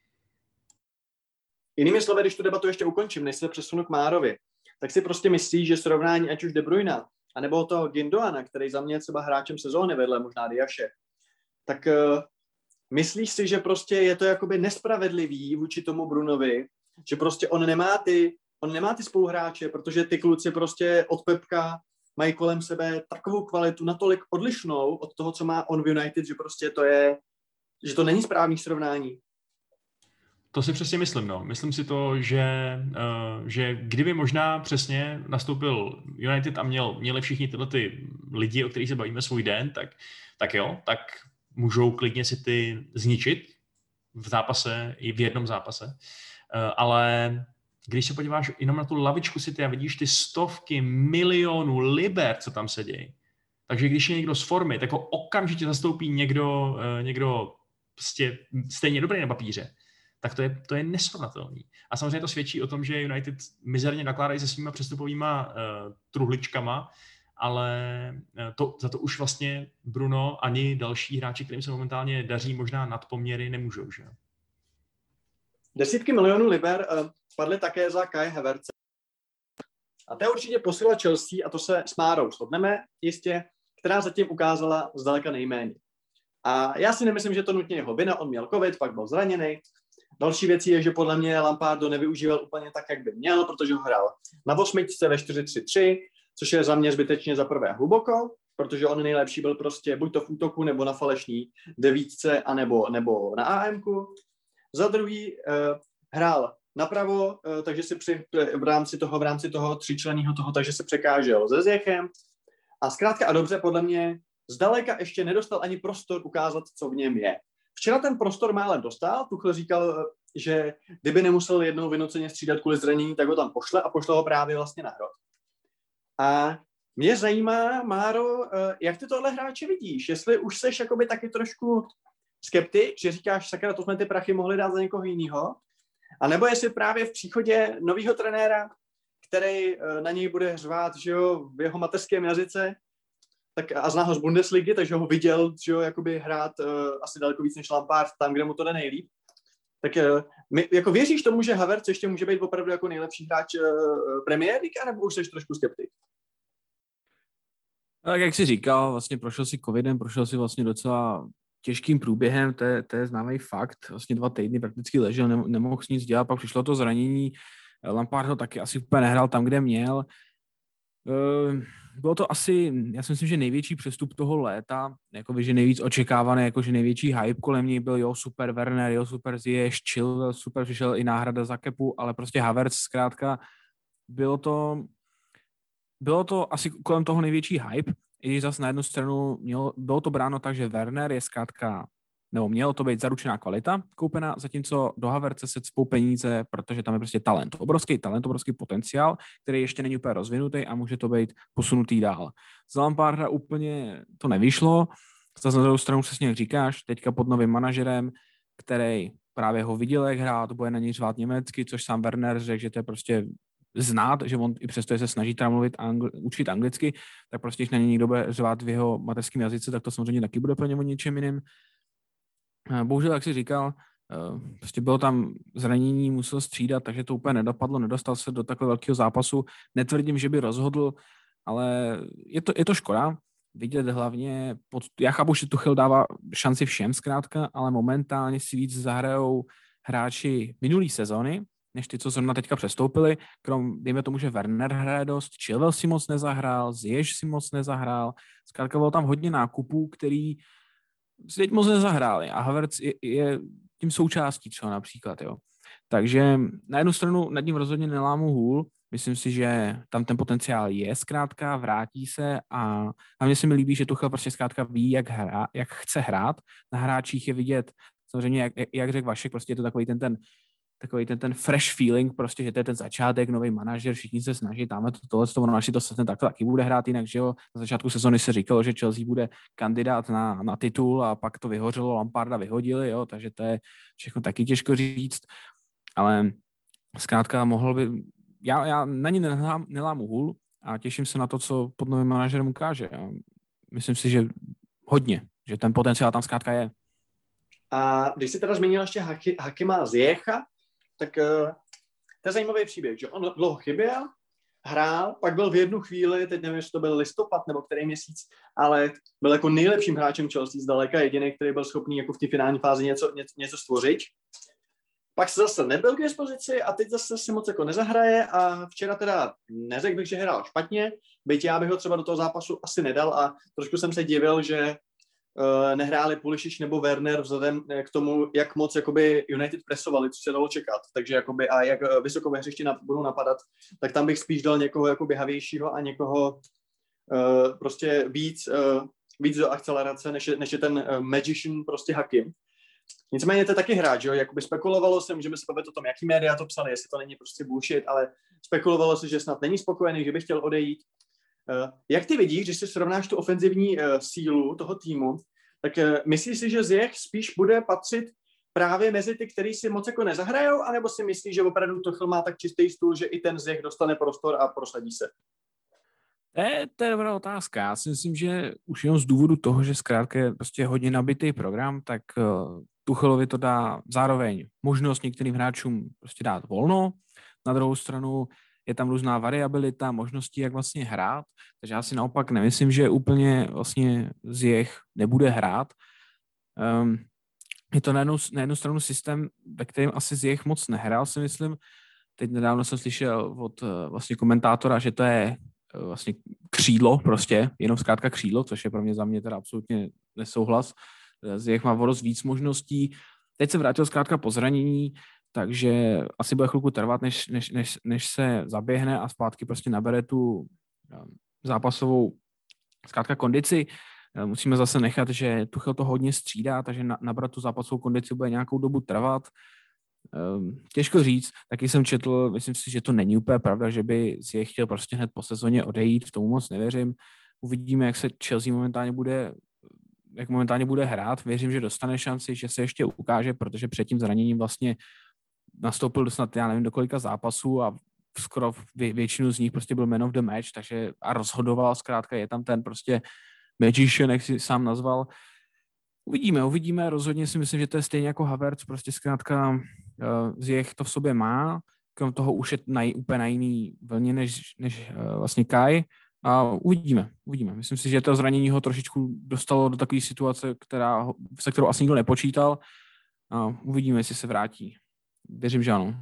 Jinými slovy, když tu debatu ještě ukončím, než se přesunu k Márovi, tak si prostě myslíš, že srovnání ať už De Bruyne, anebo toho Gündoğana, který za mě je třeba hráčem sezóny vedle možná Diaše, tak myslíš si, že prostě je to jakoby nespravedlivý vůči tomu Brunovi, že prostě on nemá ty spoluhráče, protože ty kluci prostě od Pepka mají kolem sebe takovou kvalitu, natolik odlišnou od toho, co má on v United, že prostě že to není správný srovnání. To si přesně myslím, no. Myslím si to, že kdyby možná přesně nastoupil United a měli všichni tyhle ty lidi, o kterých se bavíme svůj den, tak můžou klidně si ty zničit v zápase, i v jednom zápase. Ale když se podíváš jenom na tu lavičku City a vidíš ty stovky milionů liber, co tam se dějí, takže když je někdo z formy, tak ho okamžitě zastoupí někdo prostě stejně dobrý na papíře, tak to je nesrovnatelný. A samozřejmě to svědčí o tom, že United mizerně nakládají se svýma přestupovýma truhličkama, ale za to už vlastně Bruno ani další hráči, kterým se momentálně daří možná nadpoměry, nemůžou, že? Desítky milionů liber padly také za Kai Havertze. A to je určitě posila Chelsea, a to se s Márou shodneme jistě, která zatím ukázala zdaleka nejméně. A já si nemyslím, že to nutně jeho vina, on měl covid, pak byl zraněný, Další věcí je, že podle mě Lampardo nevyužíval úplně tak, jak by měl, protože ho hrál na 8 ve 4-3-3, což je za mě zbytečně za prvé hluboko, protože on nejlepší byl prostě buď to v útoku, nebo na falešní devítce, nebo na AMku. Za druhý hrál napravo, takže si v rámci toho tříčlenního toho, takže se překážel se Ziyechem. A zkrátka a dobře, podle mě zdaleka ještě nedostal ani prostor ukázat, co v něm je. Včera ten prostor málem dostal, Tuchel říkal, že kdyby nemusel jednou vynuceně střídat kvůli zranění, tak ho tam pošle a pošle ho právě vlastně na hrot. A mě zajímá, Máro, jak ty tohle hráče vidíš? Jestli už seš jakoby taky trošku skeptik, že říkáš, sakra, to jsme ty prachy mohli dát za někoho jiného, a nebo jestli právě v příchodě nového trenéra, který na něj bude řvát, že jo, v jeho mateřském jazyce, tak a zná ho z Bundesligy, takže ho viděl, že jo, jakoby hrát asi daleko víc než Lampard tam, kde mu to jde nejlíp. Tak jako věříš tomu, že Havertz ještě může být opravdu jako nejlepší hráč Premier League, nebo už jsi trošku skeptik? Tak jak jsi říkal, vlastně prošel si covidem, prošel si vlastně docela těžkým průběhem, to je známý fakt, vlastně 2 týdny prakticky ležel, nemohl s nic dělat, pak přišlo to zranění, Lampard ho taky asi úplně nehrál tam, kde měl. Bylo to asi, já si myslím, že největší přestup toho léta, jakoby, že nejvíc očekávaný, jakože největší hype kolem něj byl, jo, super Werner, jo, super Ziyech, Chilwell, super, přišel i náhrada za Kepu, ale prostě Havertz zkrátka, bylo to asi kolem toho největší hype, i když zase na jednu stranu bylo to bráno tak, že Werner je zkrátka, nebo mělo to být zaručená kvalita koupená, zatímco do Havertze se cpou peníze, protože tam je prostě talent, obrovský potenciál, který ještě není úplně rozvinutý a může to být posunutý dál. Z Lamparda úplně to nevyšlo, zase na druhou stranu přesně jak říkáš, teďka pod novým manažerem, který právě ho viděl, jak hrát, bude na něj řvát německy, což sám Werner řekl, že to je prostě znát, že on i přesto, že se snaží tam mluvit učit anglicky, tak prostě, když na něj někdo bude řvát v jeho mateřském jazyce, tak to samozřejmě taky bude pro něj o něčem jiným. Bohužel, jak jsi říkal, prostě bylo tam zranění, musel střídat, takže to úplně nedopadlo, nedostal se do takového velkého zápasu. Netvrdím, že by rozhodl, ale je to škoda. Vidět hlavně, já chápu, že Tuchel dává šanci všem zkrátka, ale momentálně si víc zahrajou hráči minulý sezony, než ty, co zrovna teďka přestoupili. Dejme tomu, že Werner hraje dost, Chilwell si moc nezahrál, Ziyech si moc nezahrál. Zkrátka bylo tam hodně nákupů, který si teď moc nezahráli a Havertz je tím součástí třeba například, jo. Takže na jednu stranu nad ním rozhodně nelámu hůl, myslím si, že tam ten potenciál je zkrátka, vrátí se a mně se mi líbí, že Tuchel prostě zkrátka ví, jak chce hrát. Na hráčích je vidět, samozřejmě, jak řekl Vašek, prostě je to takový ten fresh feeling, prostě, že to je ten začátek, nový manažer, všichni se snaží, tamhle tohle, ono až si to se taky bude hrát jinak, že jo. Na začátku sezony se říkalo, že Chelsea bude kandidát na titul a pak to vyhořelo, Lamparda vyhodili, jo, takže to je všechno taky těžko říct, ale zkrátka mohl by, já na ní nelámu hůl a těším se na to, co pod novým manažerem ukáže. Jo. Myslím si, že hodně, že ten potenciál tam zkrátka je. A když jsi teda zmínil ještě Hakima Ziyecha, tak to je zajímavý příběh, že on dlouho chyběl, hrál, pak byl v jednu chvíli, teď nevím, jestli to byl listopad nebo který měsíc, ale byl jako nejlepším hráčem Chelsea zdaleka, jediný, který byl schopný jako v té finální fázi něco stvořit. Pak se zase nebyl k dispozici a teď zase si moc jako nezahraje a včera teda neřekl bych, že hrál špatně, byť já bych ho třeba do toho zápasu asi nedal a trošku jsem se divil, že nehráli Pulisic nebo Werner vzhledem k tomu, jak moc jakoby United presovali, co se dalo čekat. Takže jakoby, a jak vysoko ve hřišti budou napadat, tak tam bych spíš dal někoho jako běhavějšího a někoho prostě víc do akcelerace, než je ten magician prostě Hakim. Nicméně to je taky hráč, jo? Jakoby spekulovalo se, můžeme se bavit o tom, jaký média to psali, jestli to není prostě bullshit, ale spekulovalo se, že snad není spokojený, že by chtěl odejít. Jak ty vidíš, když si srovnáš tu ofenzivní sílu toho týmu, tak myslíš si, že Ziyech spíš bude patřit právě mezi ty, který si moc jako nezahrajou, anebo si myslíš, že opravdu Tuchel má tak čistý stůl, že i ten Ziyech dostane prostor a prosadí se? To je dobrá otázka. Já si myslím, že už jenom z důvodu toho, že zkrátka je prostě hodně nabitý program, tak Tuchelovi to dá zároveň možnost některým hráčům prostě dát volno. Na druhou stranu je tam různá variabilita, možností, jak vlastně hrát. Takže já si naopak nemyslím, že úplně vlastně Ziyech nebude hrát. je to na jednu stranu systém, ve kterém asi Ziyech moc nehrál, si myslím. Teď nedávno jsem slyšel od vlastně komentátora, že to je vlastně křídlo prostě, jenom zkrátka křídlo, což je pro mě za mě teda absolutně nesouhlas. Ziyech má dost víc možností. Teď se vrátil zkrátka po zranění, takže asi bude chvilku trvat, než se zaběhne a zpátky prostě nabere tu zápasovou zkrátka kondici. Musíme zase nechat, že Tuchel to hodně střídá, takže nabrat tu zápasovou kondici bude nějakou dobu trvat. Těžko říct, taky jsem četl, myslím si, že to není úplně pravda, že by si je chtěl prostě hned po sezóně odejít, v tomu moc nevěřím. Uvidíme, jak se Chelsea momentálně bude hrát. Věřím, že dostane šanci, že se ještě ukáže, protože před tím zraněním vlastně nastoupil snad, já nevím, do kolika zápasů a skoro většinu z nich prostě byl man of the match, takže a rozhodoval, zkrátka je tam ten prostě magician, jak si sám nazval. Uvidíme, rozhodně si myslím, že to je stejně jako Havertz, prostě zkrátka Ziyech to v sobě má, krom toho už je úplně na jiný vlně než vlastně Kai a uvidíme. Myslím si, že to zranění ho trošičku dostalo do takové situace, se kterou asi nikdo nepočítal a uvidíme, jestli se vrátí. Věřím, že ano.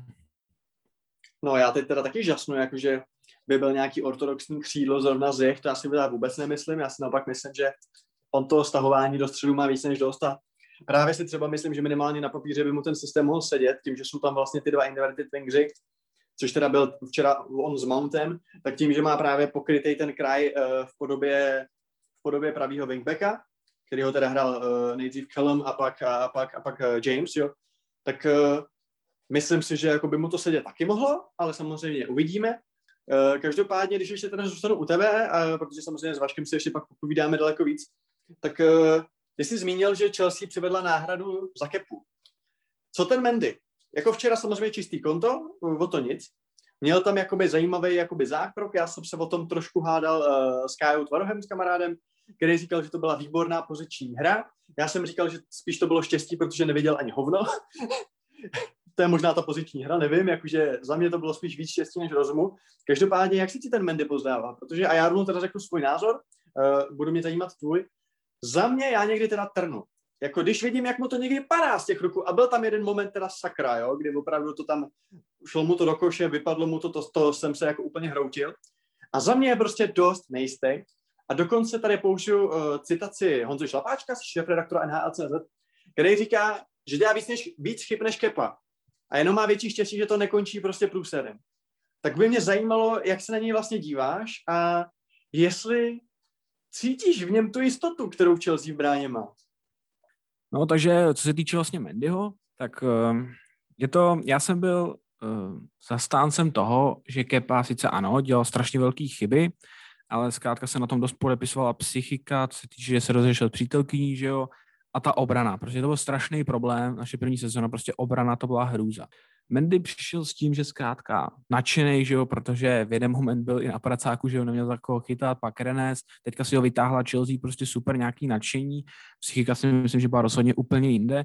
No já teď teda taky žasnu, jakože by byl nějaký ortodoxní křídlo zrovna Ziyech, to já si vůbec nemyslím, já si naopak myslím, že on to stahování do středu má víc než dost a právě si třeba myslím, že minimálně na papíře by mu ten systém mohl sedět, tím, že jsou tam vlastně ty dva inverted wingři, což teda byl včera on s Mountem, tak tím, že má právě pokrytý ten kraj v podobě pravýho wingbacka, který ho teda hrál nejdřív Callum a pak James, jo, tak myslím si, že jako by mu to sedět taky mohlo, ale samozřejmě uvidíme. Každopádně, když ještě teda zůstanu u tebe, protože samozřejmě s Vaškem si ještě pak povídáme daleko víc, tak ty jsi zmínil, že Chelsea přivedla náhradu za Kepu. Co ten Mendy? Jako včera samozřejmě čistý konto, o to nic. Měl tam jakoby zajímavý zákrok, já jsem se o tom trošku hádal s Kájou Tvarohem, s kamarádem, který říkal, že to byla výborná poziční hra. Já jsem říkal, že spíš to bylo štěstí, protože neviděl ani hovno. To je možná ta poziční hra, nevím, jakože za mě to bylo spíš víc štěstí než rozumu. Každopádně, jak si ti ten Mendy pozdává? Protože, a já rovnou teda řeknu svůj názor, budu mě zajímat tvůj. Za mě já někdy teda trnu. Jako když vidím, jak mu to někdy padá z těch ruků, a byl tam jeden moment teda sakra, jo, kdy opravdu to tam, šlo mu to do koše, vypadlo mu to jsem se jako úplně hroutil. A za mě je prostě dost nejistý. A dokonce tady použiju citaci Honzy Šlapáčka, šéfredaktora NHL.cz, který říká, že dělá víc chyb než Kepa. A jenom má větší štěstí, že to nekončí prostě průserem. Tak by mě zajímalo, jak se na něj vlastně díváš a jestli cítíš v něm tu jistotu, kterou Chelsea v bráně má. No, takže co se týče vlastně Mendyho, tak já jsem byl zastáncem toho, že Kepa sice ano, dělal strašně velké chyby, ale zkrátka se na tom dost podepisovala psychika, co se týče, že se rozešel přítelkyní, že jo, a ta obrana, protože to byl strašný problém, naše první sezóna, prostě obrana, to byla hrůza. Mendy přišel s tím, že zkrátka nadšenej, že jo, protože v jeden moment byl i na pracáku, že jo, neměl za koho chytat, pak Rennes, teďka si ho vytáhla Chelsea, prostě super nějaký nadšení, psychika si myslím, že byla rozhodně úplně jinde.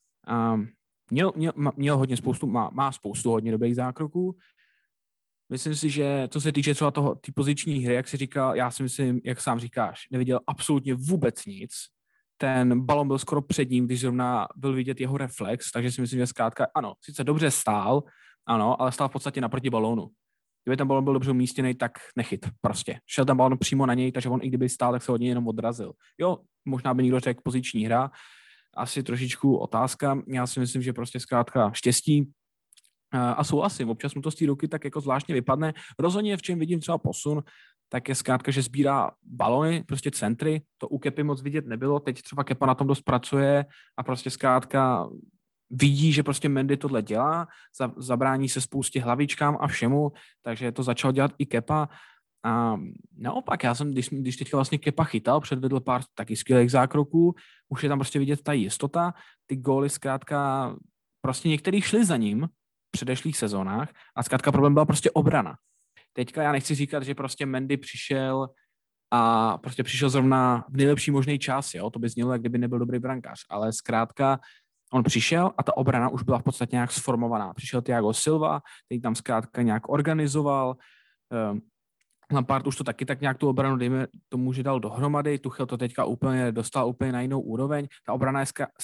Měl hodně má spoustu hodně dobrých zákroků. Myslím si, že co se týče třeba té poziční hry, jak si říkal, já si myslím, jak sám říkáš, neviděl absolutně vůbec nic. Ten balon byl skoro před ním, když zrovna byl vidět jeho reflex, takže si myslím, že zkrátka, ano, sice dobře stál, ano, ale stál v podstatě naproti balónu. Kdyby ten balon byl dobře umístěný, tak nechyt prostě. Šel ten balon přímo na něj, takže on i kdyby stál, tak se od něj jenom odrazil. Jo, možná by někdo řekl poziční hra, asi trošičku otázka. Já si myslím, že prostě zkrátka štěstí a souhlasím. Občas mu to z té ruky tak jako zvláštně vypadne. Rozhodně v čem vidím třeba posun, tak je zkrátka, že sbírá balony, prostě centry, to u Kepy moc vidět nebylo, teď třeba Kepa na tom dost pracuje a prostě zkrátka vidí, že prostě Mendy tohle dělá, zabrání se spoustě hlavičkám a všemu, takže to začal dělat i Kepa. A naopak, když teďka vlastně Kepa chytal, předvedl pár taky skvělých zákroků, už je tam prostě vidět ta jistota, ty góly zkrátka, prostě některý šli za ním v předešlých sezónách a zkrátka problém byla prostě obrana. Teďka já nechci říkat, že prostě Mendy přišel a prostě přišel zrovna v nejlepší možný čas, jo, to by znělo, jak kdyby nebyl dobrý brankář, ale zkrátka on přišel a ta obrana už byla v podstatě nějak sformovaná. Přišel Thiago Silva, který tam zkrátka nějak organizoval, Lampard už to taky tak nějak tu obranu, dejme tomu, že dal dohromady, Tuchel to teďka dostal úplně na jinou úroveň, ta obrana je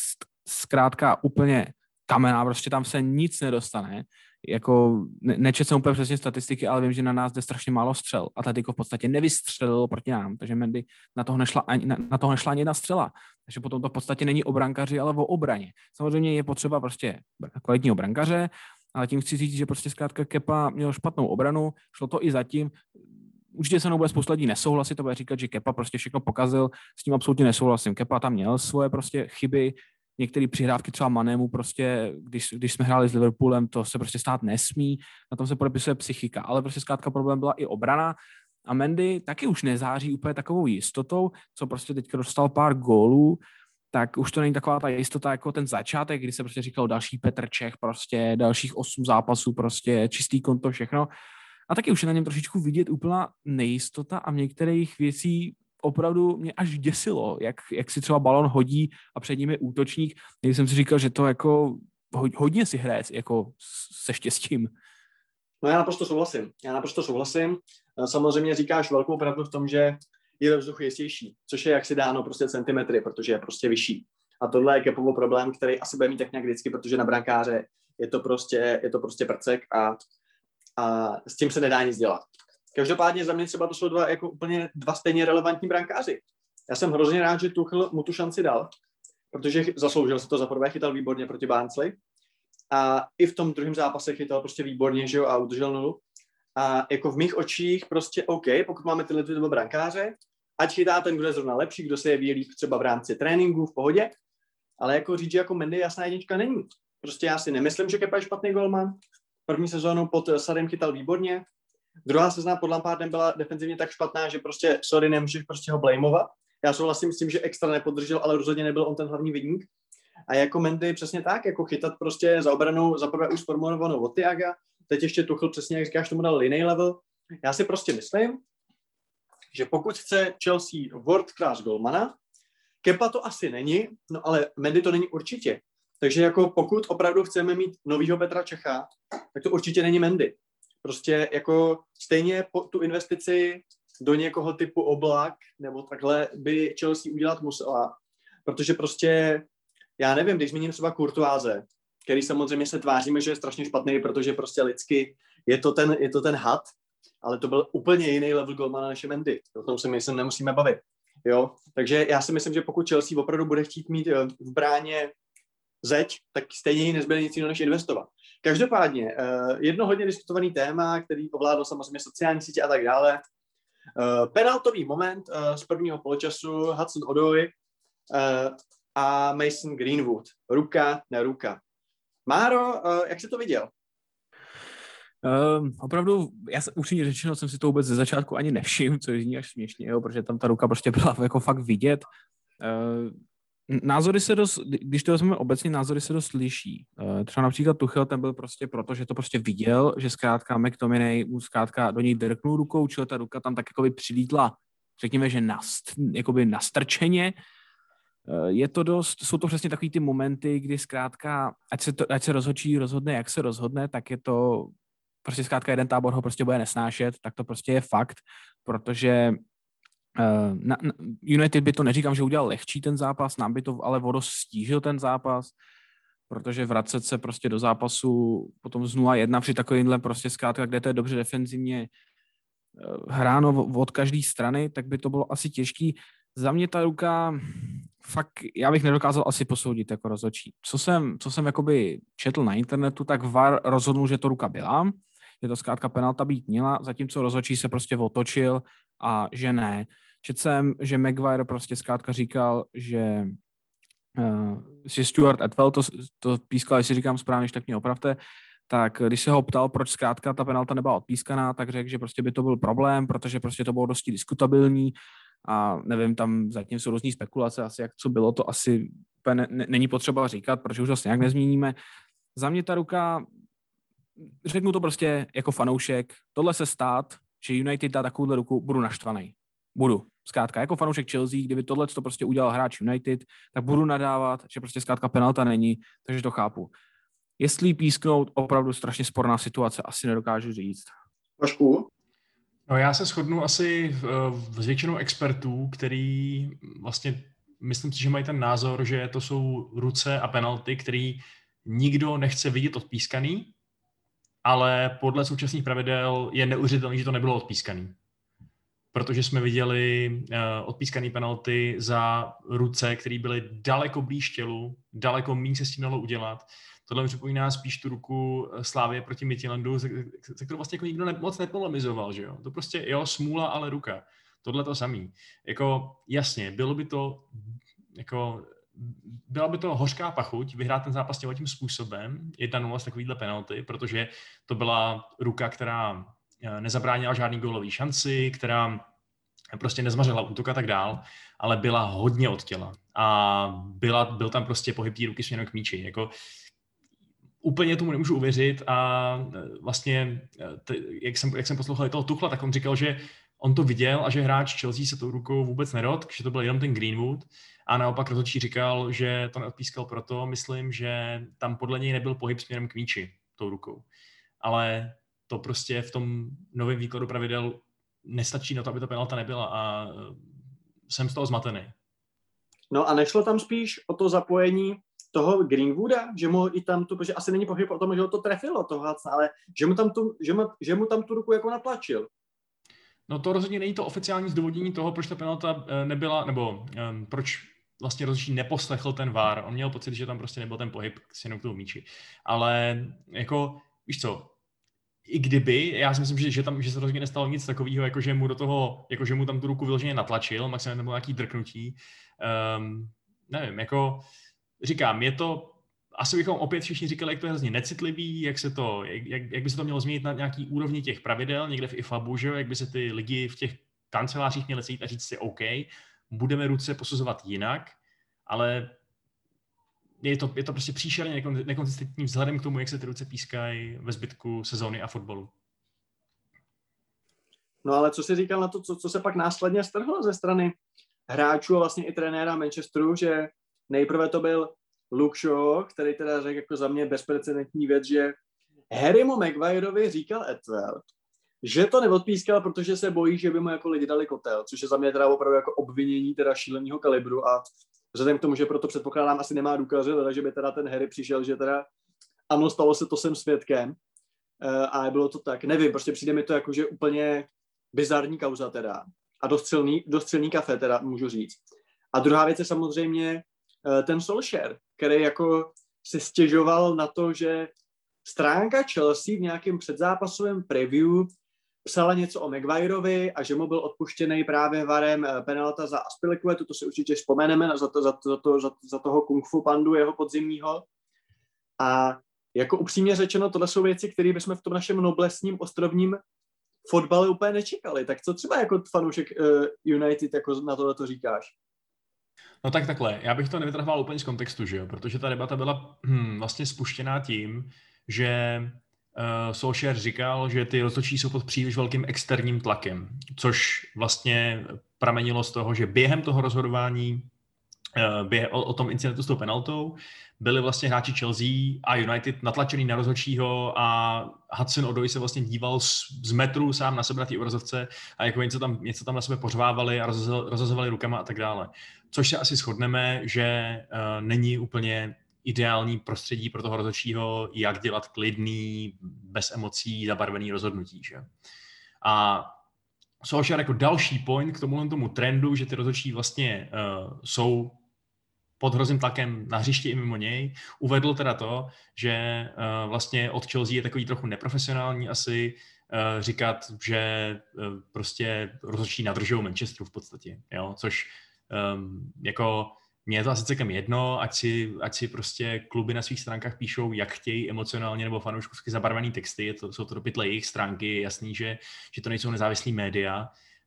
zkrátka úplně kamená, prostě tam se nic nedostane. Jako nečetl jsem úplně přesně statistiky, ale vím, že na nás jde strašně málo střel. Atletico v podstatě nevystřelil proti nám, takže Mendy na toho nešla ani jedna střela. Takže potom to v podstatě není o brankaři, ale o obraně. Samozřejmě je potřeba prostě kvalitního brankaře, ale tím chci říct, že prostě zkrátka Kepa měl špatnou obranu, šlo to i zatím. Určitě se mnou bude spousta lidí nesouhlasit, to bude říkat, že Kepa prostě všechno pokazil, s tím absolutně nesouhlasím. Kepa tam měl svoje prostě chyby, některé přihrávky třeba Manému prostě, když jsme hráli s Liverpoolem, to se prostě stát nesmí, na tom se podepisuje psychika, ale prostě zkrátka problém byla i obrana a Mendy taky už nezáří úplně takovou jistotou, co prostě teďka dostal pár gólů, tak už to není taková ta jistota jako ten začátek, kdy se prostě říkal další Petr Čech, prostě dalších 8 zápasů, prostě čistý konto, všechno. A taky už je na něm trošičku vidět úplná nejistota a v některých věcí opravdu mě až děsilo, jak si třeba balon hodí a před ním je útočník. Když jsem si říkal, že to jako hodně si hraje jako se štěstím. No já naprosto souhlasím. Samozřejmě říkáš velkou pravdu v tom, že je ve vzduchu jistější, což je jak si dáno prostě centimetry, protože je prostě vyšší. A tohle je Kepovo problém, který asi bude mít tak nějak vždycky, protože na brankáře je to prostě prcek a s tím se nedá nic dělat. Každopádně za mě třeba to jsou úplně dva stejně relevantní brankáři. Já jsem hrozně rád, že Tuchel mu tu šanci dal, protože zasloužil si to, za prvé chytal výborně proti Barnsley a i v tom druhém zápase chytal prostě výborně, že jo, a udržel nulu. A jako v mých očích prostě OK, pokud máme tyhle dva brankáře, ať chytá ten, kdo je zrovna lepší, kdo se jeví líp třeba v rámci tréninku, v pohodě, ale jako říct, že jako Mendy jasná jednička není. Prostě já si nemyslím, že Kepa je špatný golman. První sezónu pod Sarriem chytal výborně. Druhá sezóna pod Lampardem byla defenzivně tak špatná, že prostě sorry, nemůžeš prostě ho blameovat. Já souhlasím s tím, že extra nepodržel, ale rozhodně nebyl on ten hlavní viník. A jako Mendy přesně tak, jako chytat prostě za obranou za prvé už sformulovanou od Thiaga, teď ještě Tuchel přesně, jak říkáš, tomu dal jiný level. Já si prostě myslím, že pokud chce Chelsea world class golmana, Kepa to asi není, no ale Mendy to není určitě. Takže jako pokud opravdu chceme mít novýho Petra Čecha, tak to určitě není Mendy. Prostě jako stejně po tu investici do někoho typu Oblak nebo takhle by Chelsea udělat musela, protože prostě, já nevím, když zmíním třeba Courtoise, který samozřejmě se tváříme, že je strašně špatný, protože prostě lidsky je to ten had, ale to byl úplně jiný level golmana než Mendy. O tom se myslím nemusíme bavit. Jo? Takže já si myslím, že pokud Chelsea opravdu bude chtít mít v bráně zeď, tak stejně jí nezbyde nic jiného, než investovat. Každopádně, jedno hodně diskutovaný téma, který ovládl samozřejmě sociální sítě a tak dále. Penaltový moment z prvního poločasu Hudson-Odoi a Mason Greenwood. Ruka na ruka. Máro, jak jsi to viděl? Opravdu, já upřímně řečeno jsem si to vůbec ze začátku ani nevšiml, což zní až směšně, jo, protože tam ta ruka prostě byla jako fakt vidět. Názory se dost, když to vezmeme obecně, názory se dost liší. Třeba například Tuchel, ten byl prostě proto, že to prostě viděl, že zkrátka McTominay mu zkrátka do něj drknul rukou, čili ta ruka tam tak jakoby přilítla, řekněme, že jakoby nastrčeně. Je to dost, jsou to přesně takový ty momenty, kdy zkrátka, ať se rozhodčí rozhodne, jak se rozhodne, tak je to prostě zkrátka jeden tábor ho prostě bude nesnášet, tak to prostě je fakt, protože United by to neříkám, že udělal lehčí ten zápas, nám by to ale vodost stížil ten zápas, protože vracet se prostě do zápasu potom z 0-1 při takovýmhle prostě zkrátka, kde to je dobře defenzivně hráno od každé strany, tak by to bylo asi těžký. Za mě ta ruka fakt, já bych nedokázal asi posoudit jako rozhodčí. Co jsem jakoby četl na internetu, tak VAR rozhodnul, že to ruka byla, že to zkrátka penalta být měla, zatímco rozhodčí se prostě otočil a že ne. Četl jsem, že Maguire prostě zkrátka říkal, že Stuart Atwell to pískal, jestli říkám správně, tak mě opravte, tak když se ho ptal, proč zkrátka ta penalta nebyla odpískaná, tak řekl, že prostě by to byl problém, protože prostě to bylo dosti diskutabilní a nevím, tam zatím jsou různý spekulace, asi jak co bylo, to asi není potřeba říkat, protože už vlastně nějak nezmíníme. Za mě ta ruka, řeknu to prostě jako fanoušek, tohle se stát, že United dá takovouhle ruku, budu naštvaný. Budu. Zkrátka, jako fanoušek Chelsea, kdyby tohle to prostě udělal hráč United, tak budu nadávat, že prostě zkrátka penalta není, takže to chápu. Jestli písknout, opravdu strašně sporná situace, asi nedokážu říct. Vašku? No já se shodnu asi s většinou expertů, který vlastně myslím si, že mají ten názor, že to jsou ruce a penalty, který nikdo nechce vidět odpískaný, ale podle současných pravidel je neuvěřitelný, že to nebylo odpískaný. Protože jsme viděli odpískaný penalty za ruce, které byly daleko blíž tělu, daleko méně se s tím dalo udělat. Tohle mi připomíná spíš tu ruku Slávie proti Midtjyllandu, se kterou vlastně jako nikdo moc nepolemizoval, že jo. To prostě, jo, smůla, ale ruka. Tohle to samý. Jako, jasně, byla by to hořká pachuť vyhrát ten zápas tím způsobem, 1-0 z takovýhle penalty, protože to byla ruka, která nezabránila žádný gólový šanci, která prostě nezmařila útok a tak dál, ale byla hodně od těla. A byl tam prostě pohyb té ruky směrem k míči. Jako, úplně tomu nemůžu uvěřit a vlastně, jak jsem poslouchal toho Tuchla, tak on říkal, že on to viděl a že hráč Chelsea se tou rukou vůbec nedotkl, že to byl jenom ten Greenwood a naopak rozhodčí říkal, že to neodpískal proto, myslím, že tam podle něj nebyl pohyb směrem k míči tou rukou. Ale to prostě v tom novém výkladu pravidel nestačí na to, aby ta penalta nebyla a jsem z toho zmatený. No a nešlo tam spíš o to zapojení toho Greenwooda, že mu i tam tu, protože asi není pochyb o tom, že ho to trefilo, toho Hudsona, ale že mu tam tu ruku jako natlačil. No to rozhodně není to oficiální zdůvodnění toho, proč ta penalta nebyla, nebo proč vlastně rozhodčí neposlechl ten VAR. On měl pocit, že tam prostě nebyl ten pohyb směrem k tomu míči. Ale jako, víš co, i kdyby, já si myslím, že se rozhodně nestalo nic takového, jako že mu do toho, jako že mu tam tu ruku vyloženě natlačil, maximálně nebylo nějaký drknutí. Nevím, jako říkám, je to, asi bychom opět všichni říkali, jak to je hrozně necitlivý, jak by se to mělo změnit na nějaký úrovni těch pravidel, někde v IFABu, že jo, jak by se ty ligy v těch kancelářích měly sejít a říct si OK, budeme ruce posuzovat jinak, ale je to prostě příšerně nekonzistentní vzhledem k tomu, jak se ty ruce pískají ve zbytku sezóny a fotbalu. No ale co jsi říkal na to, co se pak následně strhlo ze strany hráčů a vlastně i trenéra Manchesteru, že nejprve to byl Luke Shaw, který teda řekl jako za mě bezprecedentní věc, že Harrymu Maguireovi říkal Edward, že to neodpískal, protože se bojí, že by mu jako lidi dali kotel, což je za mě teda opravdu jako obvinění teda šíleného kalibru a vzhledem k tomu, že proto předpokládám asi nemá důkazy, ale že by teda ten Harry přišel, že teda ano, stalo se to, jsem svědkem a bylo to tak, nevím, prostě přijde mi to jako, že úplně bizarní kauza teda a dost silný kafe teda můžu říct. A druhá věc je samozřejmě ten Solskjaer, který jako si stěžoval na to, že stránka Chelsea v nějakém předzápasovém preview psala něco o Maguireovi a že mu byl odpuštěný právě VARem penalta za Azpilicuetu, to si určitě vzpomeneme za toho kung fu pandu jeho podzimního. A jako upřímně řečeno, tohle jsou věci, které bychom v tom našem noblesním ostrovním fotbale úplně nečekali. Tak co třeba jako fanoušek United jako na tohle to říkáš? No tak takhle, já bych to nevytrhoval úplně z kontextu, že jo, protože ta debata byla vlastně spuštěná tím, že Solskjaer říkal, že ty rozhodčí jsou pod příliš velkým externím tlakem, což vlastně pramenilo z toho, že během toho rozhodování o tom incidentu s tou penaltou byli vlastně hráči Chelsea a United natlačený na rozhodčího a Hudson-Odoi se vlastně díval z metru sám na sebe na té obrazovce a jako něco tam na sebe pořvávali a rozhazovali rukama a tak dále. Což se asi shodneme, že není úplně ideální prostředí pro toho rozhodčího, jak dělat klidný, bez emocí, zabarvený rozhodnutí. Že? A Solskjaer jako další point k tomu trendu, že ty rozhodčí vlastně jsou pod hrozným tlakem na hřišti i mimo něj, uvedl teda to, že vlastně od Chelsea je takový trochu neprofesionální asi říkat, že prostě rozhodčí nadržují Manchesteru v podstatě, jo? Což jako mně je to asi celkem jedno, ať si prostě kluby na svých stránkách píšou, jak chtějí emocionálně nebo fanouškovsky zabarvený texty, jsou to do pytle jejich stránky, je jasný, že to nejsou nezávislý média,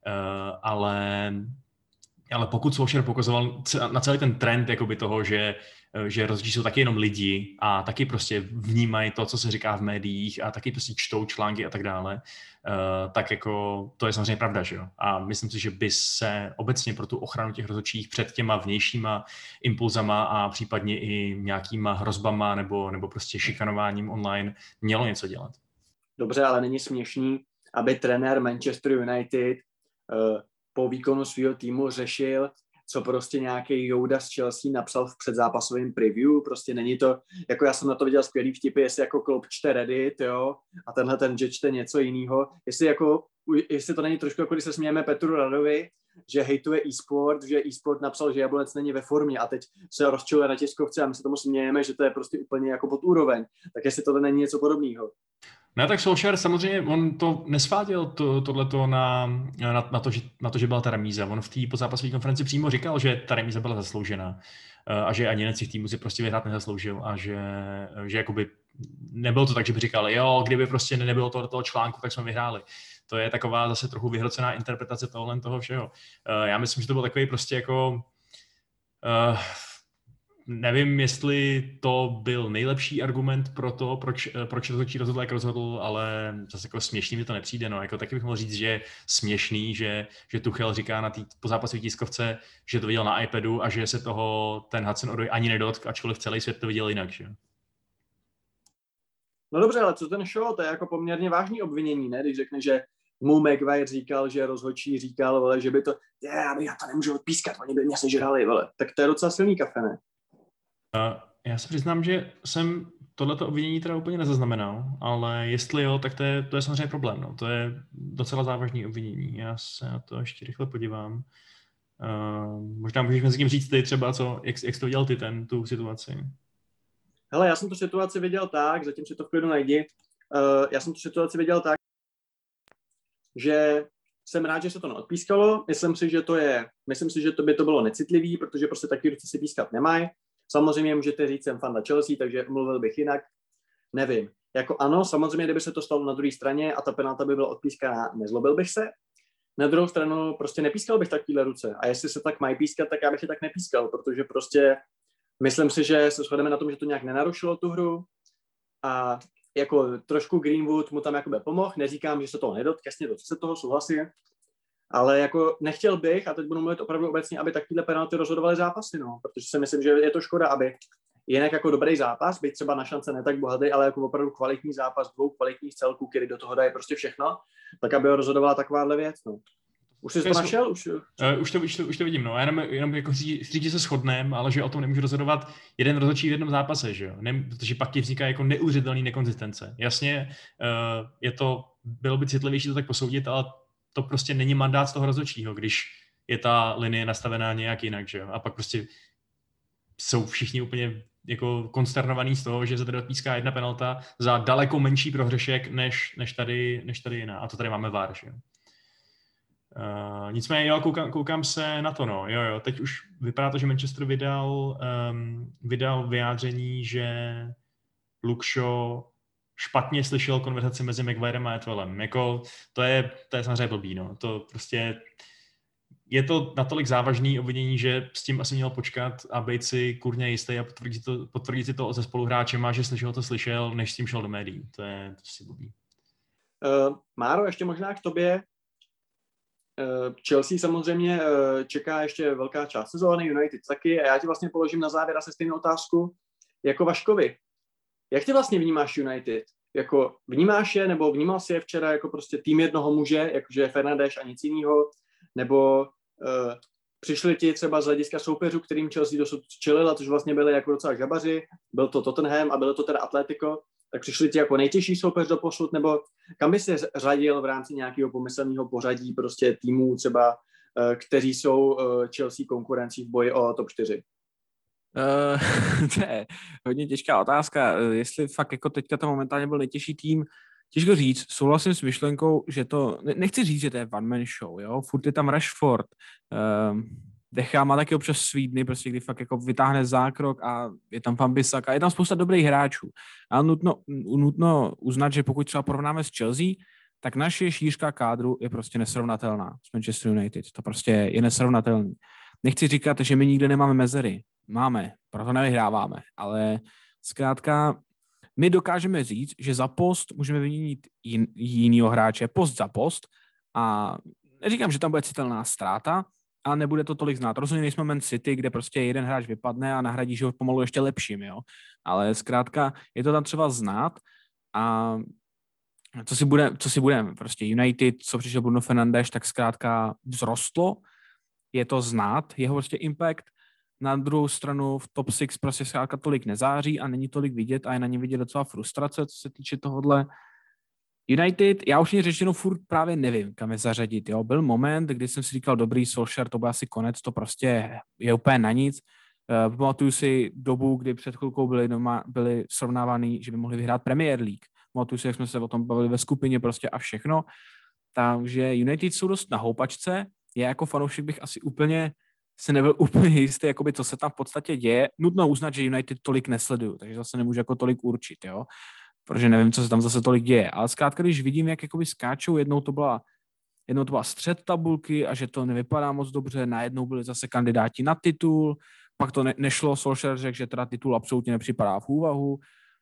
ale pokud Solskjaer pokazoval na celý ten trend jakoby toho, že rozhodčí jsou taky jenom lidi a taky prostě vnímají to, co se říká v médiích a taky prostě čtou články a tak dále, tak jako to je samozřejmě pravda, že jo. A myslím si, že by se obecně pro tu ochranu těch rozhodčích před těma vnějšíma impulzama a případně i nějakýma hrozbama nebo prostě šikanováním online mělo něco dělat. Dobře, ale není směšný, aby trenér Manchester United po výkonu svého týmu řešil co prostě nějaký Jouda z Chelsea napsal v předzápasovém preview, prostě není to, jako já jsem na to viděl skvělý vtipy, jestli jako Klopp čte Reddit, jo, a tenhle ten že čte něco jiného, jestli to není trošku jako když se smějeme Petru Radovi, že hejtuje e-sport, že e-sport napsal, že Jablonec není ve formě a teď se rozčiluje na tiskovce a my se tomu smějeme, že to je prostě úplně jako pod úroveň, tak jestli to není něco podobného. No tak Solskjaer samozřejmě, on to nesváděl tohleto na to, že byla ta remíza. On v té podzápasové konferenci přímo říkal, že ta remíza byla zasloužená a že ani jeden z těch týmů si prostě vyhrát nezasloužil a že jakoby nebylo to tak, že by říkali, jo, kdyby prostě nebylo toho článku, tak jsme vyhráli. To je taková zase trochu vyhrocená interpretace toho všeho. Já myslím, že to byl takový prostě jako... Nevím, jestli to byl nejlepší argument pro to, proč rozhodčí rozhodl, jak rozhodl, ale zase jako směšný mi to nepřijde. No. Jako taky bych mohl říct, že je směšný, že Tuchel říká na té pozápasové tiskovce, že to viděl na iPadu a že se toho ten Hudson-Odoi ani nedotkl, ačkoliv celý svět to viděl jinak. Že? No dobře, ale co ten show, to je jako poměrně vážný obvinění, ne? Když řekne, že mu Maguire říkal, že rozhodčí říkal, vole, že by to, já to nemůžu odpískat, oni by mě sežrali, vole. Tak to je docela silný kafe, ne? Já se přiznám, že jsem tohleto obvinění teda úplně nezaznamenal, ale jestli jo, tak to je samozřejmě problém. No. To je docela závažný obvinění. Já se na to ještě rychle podívám. Možná můžeš mezi tím říct ty třeba, jak jsi to viděl ty tu situaci? Hele, já jsem tu situaci viděl tak, zatím si to v klidu najdi, já jsem tu situaci viděl tak, že jsem rád, že se to neodpískalo. Myslím si, že to by to bylo necitlivý, protože prostě taky ruce si pískat nemají. Samozřejmě můžete říct, jsem fanda Chelsea, takže mluvil bych jinak. Nevím. Jako ano, samozřejmě, kdyby se to stalo na druhé straně a ta penalta by byla odpískaná, nezlobil bych se. Na druhou stranu prostě nepískal bych takovýhle ruce. A jestli se tak mají pískat, tak já bych je tak nepískal, protože prostě myslím si, že se shodeme na tom, že to nějak nenarušilo tu hru. A jako trošku Greenwood mu tam jakoby pomohl. Neříkám, že se toho nedotkl, jasně se toho souhlasí. Ale jako nechtěl bych, a teď budu mluvit opravdu obecně, aby takovýhle penalty rozhodovaly zápasy, no, protože si myslím, že je to škoda, aby jinak jako dobrý zápas, byť třeba na šance ne tak bohatý, ale jako opravdu kvalitní zápas dvou kvalitních celků, který do toho dají prostě všechno, tak aby ho rozhodovala takováhle věc, no. Už jsi to našel? Už to vidím, no. Jenom jako říct, že se shodneme, ale že o tom nemůže rozhodovat jeden rozhodčí v jednom zápase, že jo? Protože pak ti vzniká jako neuvěřitelný nekonzistence. Jasně, bylo by citlivější to tak posoudit, ale to prostě není mandát z toho rozhodčího, když je ta linie nastavená nějak jinak, že jo? A pak prostě jsou všichni úplně jako konsternovaný z toho, že se tady odpíská jedna penalta za daleko menší prohřešek, než tady jiná. A to tady máme VAR, že jo? Nicméně, jo, koukám se na to, no. Jo, teď už vypadá to, že Manchester vydal vyjádření, že Luke Shaw špatně slyšel konverzaci mezi Maguirem a Atwellem. Jako, to je samozřejmě blbý, no. To prostě je to natolik závažný obvinění, že s tím asi měl počkat a být si kurně jistý a potvrdit si to se spoluhráčema, že slyšel, než s tím šel do médií. To je si blbý. Máro, ještě možná k tobě. Chelsea samozřejmě čeká ještě velká část sezóny, United taky, a já ti vlastně položím na závěr asi stejnou otázku jako Vaškovi. Jak ty vlastně vnímáš United? Jako vnímáš je, nebo vnímal jsi je včera jako prostě tým jednoho muže, jakože je Fernandes a nic jiného, nebo přišli ti třeba z hlediska soupeřů, kterým Chelsea dosud čelila, což vlastně byly jako docela žabaři, byl to Tottenham a bylo to teda Atletico, tak přišli ti jako nejtěžší soupeř do posud, nebo kam by se řadil v rámci nějakého pomyslného pořadí prostě týmů třeba, kteří jsou Chelsea konkurencí v boji o top 4? To je hodně těžká otázka. Jestli fakt jako teďka to momentálně byl nejtěžší tým, těžko říct. Souhlasím s myšlenkou, že to, nechci říct, že to je one man show, jo, furt je tam Rashford, Decha má taky občas svý dny, prostě kdy fakt jako vytáhne zákrok a je tam Wan-Bissaka a je tam spousta dobrých hráčů. A nutno uznat, že pokud třeba porovnáme s Chelsea, tak naše šířka kádru je prostě nesrovnatelná s Manchester United. To prostě je nesrovnatelný. Nechci říkat, že my nikde nemáme mezery. Máme, proto nevyhráváme, ale zkrátka my dokážeme říct, že za post můžeme vyměnit jinýho hráče, post za post, a neříkám, že tam bude citelná ztráta, a nebude to tolik znát. Rozhodně nejsme Man City, kde prostě jeden hráč vypadne a nahradí ho pomalu ještě lepším, jo. Ale zkrátka je to tam třeba znát a co si budeme, prostě United, co přišel Bruno Fernandes, tak zkrátka vzrostlo. je to znát, jeho prostě impact. Na druhou stranu v top 6 prostě zkrátka tolik nezáří a není tolik vidět a je na něm vidět docela frustrace, co se týče tohohle. United, já už mě řečeno furt právě nevím, kam je zařadit. Jo. Byl moment, kdy jsem si říkal, dobrý, Solskjaer, to byl asi konec, to prostě je úplně na nic. Pamatuju si dobu, kdy před chvilkou byli srovnávaný, že by mohli vyhrát Premier League. Pamatuju si, jak jsme se o tom bavili ve skupině prostě a všechno. Takže United jsou dost na houpačce. Já jako fanoušek bych asi úplně se nebyl úplně jistý, jakoby, co se tam v podstatě děje. Nutno uznat, že United tolik nesleduju, takže zase nemůžu jako tolik určit, jo. Protože nevím, co se tam zase tolik děje. Ale zkrátka, když vidím, jak jakoby skáčou, jednou to byla střed tabulky a že to nevypadá moc dobře, najednou byli zase kandidáti na titul, pak to nešlo, Solskjaer řekl, že teda titul absolutně nepřipadá v úvahu.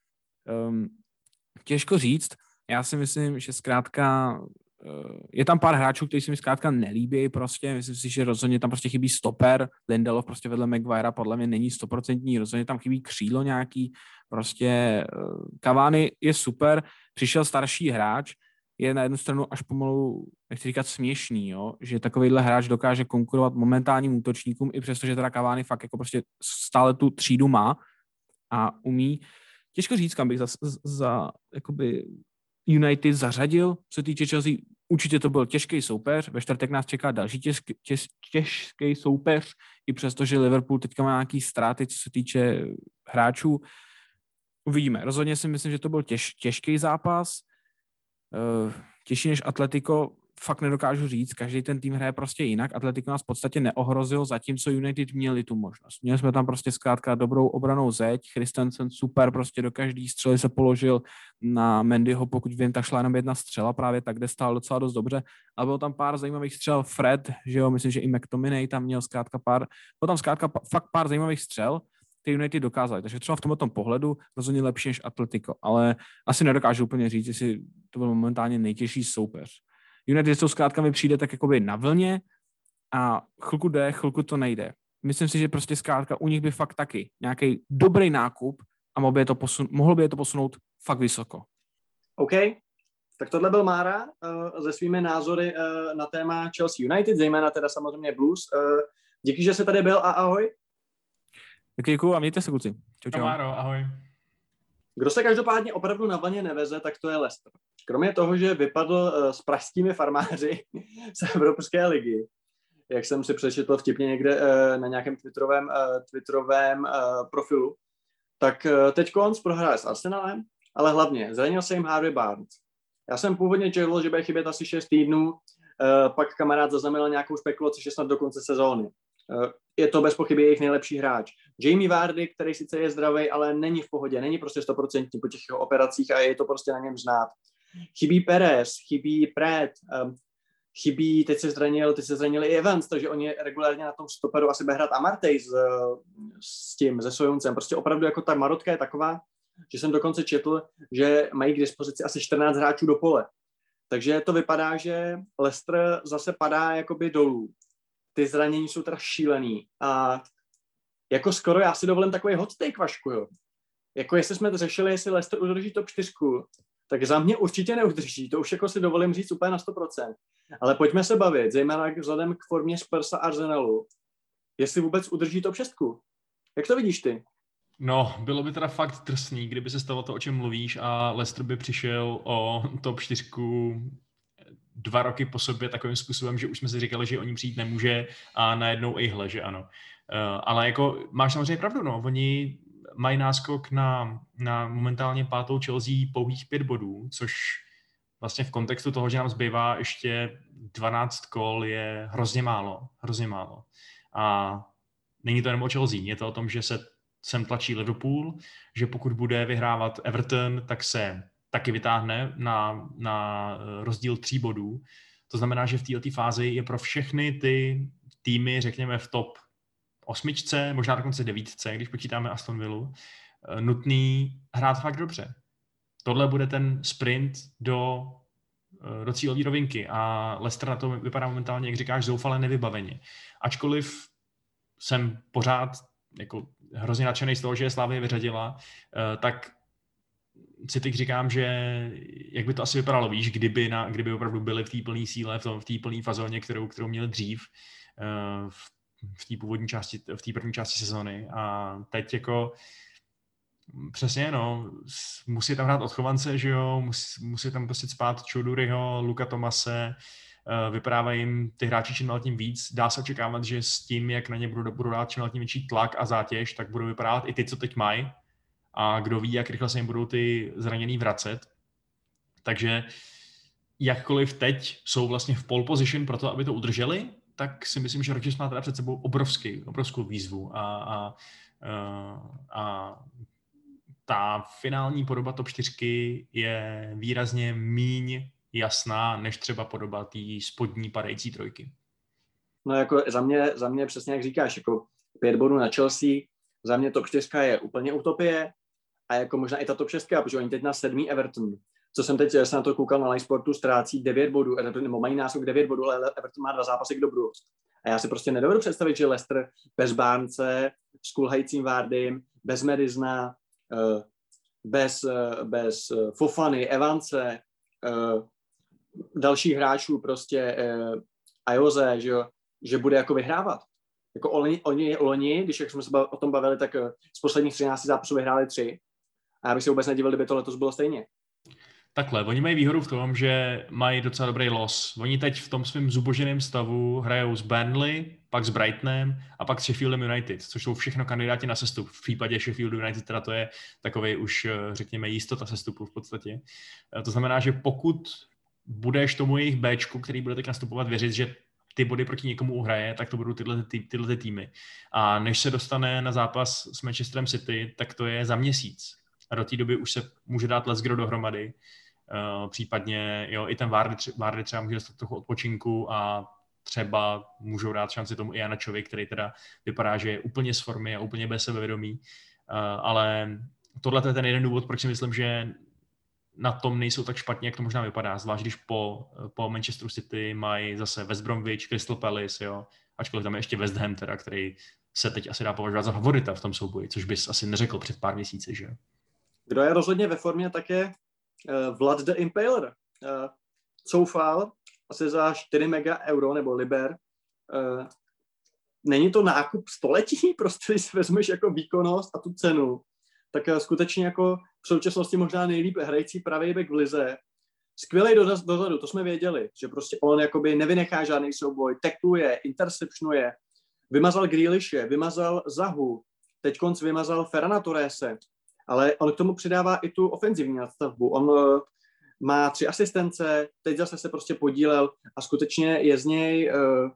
Těžko říct, já si myslím, že zkrátka je tam pár hráčů, kteří se mi zkrátka nelíbí prostě, myslím si, že rozhodně tam prostě chybí stoper, Lindelof prostě vedle Maguirea podle mě není 100%, rozhodně tam chybí křídlo nějaký, prostě Cavani je super, přišel starší hráč, je na jednu stranu až pomalu, nechci říkat směšný, jo? Že takovýhle hráč dokáže konkurovat momentálním útočníkům, i přesto, že teda Cavani fakt jako prostě stále tu třídu má a umí. Těžko říct, kam bych za jakoby United zařadil, co se týče Chelsea, určitě to byl těžký soupeř, ve čtvrtek nás čeká další těžký soupeř, i přesto, že Liverpool teďka má nějaký ztráty, co se týče hráčů. Uvidíme. Rozhodně si myslím, že to byl těžký zápas, těžší než Atletico, fakt nedokážu říct, každý ten tým hraje prostě jinak, Atletico nás v podstatě neohrozil, zatímco United měli tu možnost. Měli jsme tam prostě zkrátka dobrou obranou zeď, Christensen super, prostě do každý střely se položil na Mendyho, pokud vím, tak šla jenom jedna střela právě tak, kde stál docela dost dobře, a bylo tam pár zajímavých střel, Fred, že jo, myslím, že i McTominay tam měl bylo tam zkrátka fakt pár zajímavých střel, ty United dokázali, takže třeba v tomto pohledu rozhodně lepší než Atletico, ale asi nedokážu úplně říct, jestli to byl momentálně nejtěžší soupeř. United jsou zkrátka mi přijde tak jakoby na vlně a chvilku jde, chvilku to nejde. Myslím si, že prostě zkrátka u nich by fakt taky nějaký dobrý nákup a mohl by je to posunout fakt vysoko. OK, tak tohle byl Mára se svými názory na téma Chelsea United, zejména teda samozřejmě Blues. Díky, že jsi tady byl a ahoj. Děkuji a mějte se, kluci. Čau. Máro, ahoj. Kdo se každopádně opravdu na vlně neveze, tak to je Leicester. Kromě toho, že vypadl s pražskými farmáři z Evropské ligy, jak jsem si přečetl vtipně někde na nějakém twitterovém profilu, tak teď konc prohraje s Arsenalem, ale hlavně zranil se jim Harvey Barnes. Já jsem původně čekal, že bude chybět asi 6 týdnů, pak kamarád zaznamenal nějakou spekulaci, že snad do konce sezóny. Je to bez pochyby jejich nejlepší hráč. Jamie Vardy, který sice je zdravý, ale není v pohodě, není prostě 100% po těch jeho operacích a je to prostě na něm znát. Chybí Perez, chybí Pratt, chybí, teď se zranil i Evans, takže oni regulárně na tom stoperu asi bude hrát Amartey se Sojuncem. Prostě opravdu jako ta marotka je taková, že jsem dokonce četl, že mají k dispozici asi 14 hráčů do pole. Takže to vypadá, že Leicester zase padá jakoby dolů. Ty zranění jsou teda šílený a jako skoro já si dovolím takový hot take, Vašku, jo. Jako jestli jsme to řešili, jestli Leicester udrží top 4, tak za mě určitě neudrží, to už jako si dovolím říct úplně na 100%. Ale pojďme se bavit, zejména vzhledem k formě Spurs a Arsenalu, jestli vůbec udrží top 6. Jak to vidíš ty? No, bylo by teda fakt drsný, kdyby se stalo to, o čem mluvíš a Leicester by přišel o top 4 2 roky po sobě takovým způsobem, že už jsme si říkali, že o ní přijít nemůže a najednou ejhle, že ano. Ale jako máš samozřejmě pravdu, no, oni mají náskok na momentálně 5. Chelsea pouhých 5 bodů, což vlastně v kontextu toho, že nám zbývá ještě 12 kol, je hrozně málo. A není to jenom o Chelsea, je to o tom, že se sem tlačí Liverpool, že pokud bude vyhrávat Everton, tak se taky vytáhne na rozdíl 3 bodů. To znamená, že v této fázi je pro všechny ty týmy, řekněme v top 8, možná dokonce 9, když počítáme Aston Villu, nutný hrát fakt dobře. Tohle bude ten sprint do cílové rovinky a Leicester na to vypadá momentálně, jak říkáš, zoufale nevybaveně. Ačkoliv jsem pořád jako hrozně nadšený z toho, že je Slavia vyřadila, tak si teď říkám, že jak by to asi vypadalo, víš, kdyby opravdu byli v té plné síle, v té plné fazóně, kterou měli dřív. v té původní části, v té první části sezóny a teď jako přesně, no, musí tam hrát odchovance, že jo, musí tam prostě spát Choudhuryho, Luka Thomase, vyprávají jim ty hráči čím dál tím víc. Dá se očekávat, že s tím, jak na ně budou dát čím dál tím větší tlak a zátěž, tak budou vypadat i ty, co teď mají. A kdo ví, jak rychle se jim budou ty zraněný vracet. Takže jakkoliv teď jsou vlastně v pole position pro to, aby to udrželi, tak si myslím, že Rodgers má teda před sebou obrovskou výzvu a ta finální podoba top 4 je výrazně míň jasná, než třeba podoba té spodní padající trojky. No jako za mě přesně jak říkáš, jako 5 bodů na Chelsea, za mě top 4 je úplně utopie a jako možná i ta top 6, protože oni teď na 7. Everton, co jsem teď se na to koukal na Live Sportu, ztrácí 9 bodů, nebo mají náskok 9 bodů, ale Everton má 2 zápasy k dobru. A já si prostě nedovedu představit, že Leicester bez Barnese, s kulhajícím Vardym, bez Madisona, bez Fofany, Evance, dalších hráčů, prostě Ayoze, že bude jako vyhrávat. Jako oni, když jak jsme se o tom bavili, tak z posledních 13 zápasů vyhráli 3. A já bych se vůbec nedivil, kdyby to letos bylo stejně. Takhle, oni mají výhodu v tom, že mají docela dobrý los. Oni teď v tom svém zuboženém stavu hrajou s Burnley, pak s Brightonem a pak s Sheffieldem United, což jsou všechno kandidáti na sestup. V případě Sheffieldu United teda to je takový už, řekněme, jistota sestupu v podstatě. To znamená, že pokud budeš tomu jejich Bčku, který bude teď nastupovat, věřit, že ty body proti někomu uhraje, tak to budou tyhle týmy. A než se dostane na zápas s Manchesterem City, tak to je za měsíc. A do té doby už se může dát let's-go dohromady. Případně jo, i ten Vardy třeba může dostat trochu odpočinku a třeba můžou dát šanci tomu i Janačovi, který teda vypadá, že je úplně z formy a úplně bez sebevědomí. Ale tohle je ten jeden důvod, proč si myslím, že na tom nejsou tak špatně, jak to možná vypadá, zvlášť když po Manchesteru City mají zase West Bromwich, Crystal Palace, jo, ačkoliv tam je ještě West Ham, teda, který se teď asi dá považovat za favorita v tom souboji, což bys asi neřekl před pár měsíci, že? Kdo je rozhodně ve formě, tak je Vlad the Impaler. Coufal asi za 4 mega euro nebo liber. Není to nákup století, prostě když si vezmeš jako výkonnost a tu cenu, tak skutečně jako v současnosti možná nejlíp hrající pravý back v lize. Skvělej dozadu, to jsme věděli, že prostě on jakoby nevynechá žádný souboj, tackluje, interceptionuje, vymazal Grealishe, vymazal Zahu, teďkonc vymazal Ferrana Torrese, ale on k tomu přidává i tu ofenzivní nadstavbu. On má 3 asistence, teď zase se prostě podílel a skutečně je z něj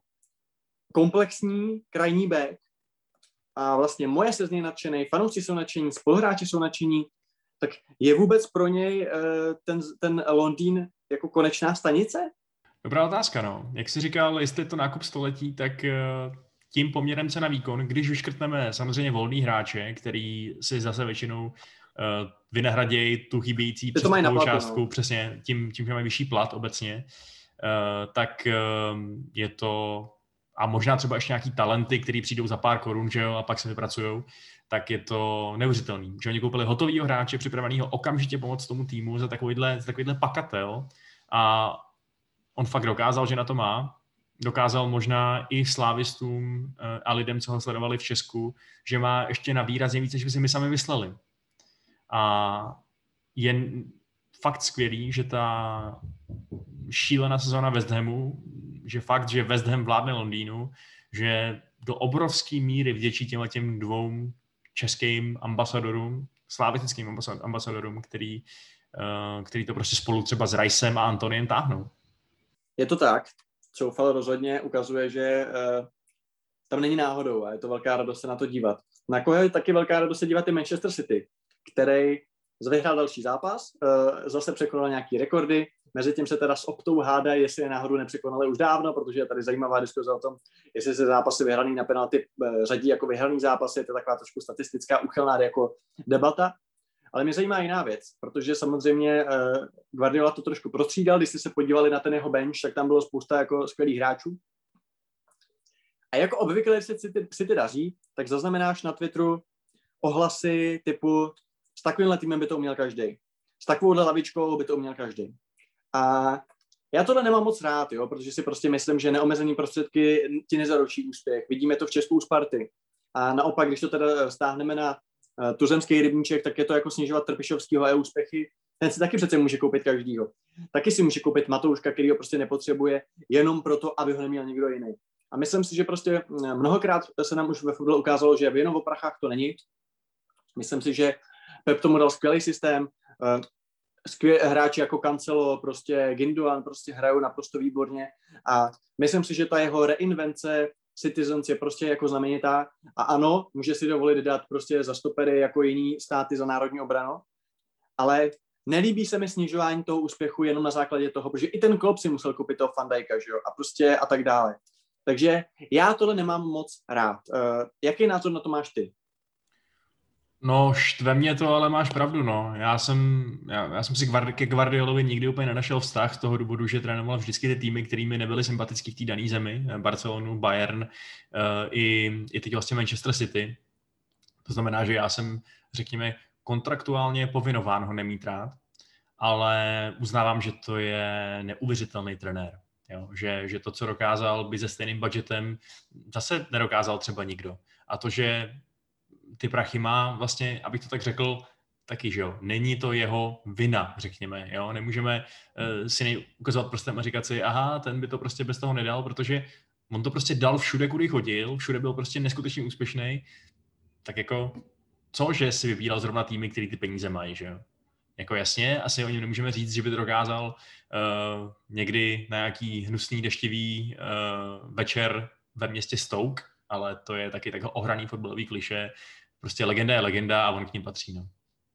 komplexní krajní back. A vlastně moje se z něj nadšenej, fanoušci jsou nadšení, spoluhráči jsou nadšení, tak je vůbec pro něj ten Londýn jako konečná stanice? Dobrá otázka, no. Jak jsi říkal, jestli je to nákup století, tak tím poměrem cena výkon, když vyškrtneme samozřejmě volný hráče, který si zase většinou vynahradějí tu chybějící přestupovou částku, no. Přesně tím, že mají vyšší plat obecně, tak je to, a možná třeba ještě nějaký talenty, který přijdou za pár korun, že jo, a pak se vypracujou, tak je to neuvěřitelný. Že oni koupili hotovýho hráče, připraveného okamžitě pomoct tomu týmu za takovýhle pakatel a on fakt dokázal, že na to má. Dokázal možná i slávistům a lidem, co ho sledovali v Česku, že má ještě na výrazně více, než by si my sami mysleli. A je fakt skvělý, že ta šílená sezóna West Hamu, že fakt, že West Ham vládne Londýnu, že do obrovské míry vděčí těm 2 českým ambasadorům, slavistickým ambasadorům, který to prostě spolu třeba s Ricem a Antoniem táhnou. Je to tak. Coufal rozhodně ukazuje, že tam není náhodou a je to velká radost se na to dívat. Na koho je taky velká radost se dívat i Manchester City, který vyhrál další zápas, zase překonal nějaký rekordy, mezitím se teda s Optou hádají, jestli je náhodou nepřekonali už dávno, protože je tady zajímavá diskuze o tom, jestli se zápasy vyhraný na penalty řadí jako vyhraný zápasy, je to taková trošku statistická uchylná jako debata. Ale mě zajímá jiná věc, protože samozřejmě Guardiola to trošku prostřídal, když jste se podívali na ten jeho bench, tak tam bylo spousta jako skvělých hráčů. A jako obvykle, když se City daří, tak zaznamenáš na Twitteru ohlasy typu s takovýmhle týmem by to uměl každý. S takovouhle lavičkou by to uměl každý. A Já tohle nemám moc rád, jo, protože si prostě myslím, že neomezený prostředky ti nezaručí úspěch. Vidíme to v Česku u Sparty. A naopak, když to teda stáhneme na tuzemský rybníček, tak je to jako snižovat Trpišovskýho a úspěchy. Ten si taky přece může koupit každýho. Taky si může koupit Matouška, který ho prostě nepotřebuje, jenom proto, aby ho neměl někdo jiný. A myslím si, že prostě mnohokrát se nám už ve fotbale ukázalo, že jenom o prachách to není. Myslím si, že Pep tomu dal skvělý systém, hráči jako Cancelo, prostě Gindogan prostě hrajou naprosto výborně a myslím si, že ta jeho reinvence Citizens je prostě jako znamenitá a ano, může si dovolit dát prostě za stopery jako jiný státy za národní obranu, ale nelíbí se mi snižování toho úspěchu jenom na základě toho, protože i ten Klopp si musel koupit toho Van Dijka, že jo, a prostě a tak dále. Takže já tohle nemám moc rád. Jaký názor na to máš ty? No, štve mě to, ale máš pravdu, no. Já jsem si ke Guardiolovi nikdy úplně nenašel vztah z toho důvodu, že trénoval vždycky ty týmy, kterými nebyly sympatický v té dané zemi. Barcelonu, Bayern i teď vlastně Manchester City. To znamená, že já jsem, řekněme, kontraktuálně povinován ho nemít rád, ale uznávám, že to je neuvěřitelný trenér. Jo? Že to, co dokázal by se stejným budgetem, zase nedokázal třeba nikdo. A to, že ty prachy má vlastně, abych to tak řekl, taky, že jo, není to jeho vina, řekněme, jo, nemůžeme si ukazovat prstem a říkat si, aha, ten by to prostě bez toho nedal, protože on to prostě dal všude, kudy chodil, všude byl prostě neskutečně úspěšný, tak jako, co, že si vybíral zrovna týmy, který ty peníze mají, že jo. Jako jasně, asi o něm nemůžeme říct, že by to dokázal někdy na nějaký hnusný deštivý večer ve městě Stoke, ale to je taky takhle ohraný fotbalový klišé. Prostě legenda je legenda a on k ním patří. No.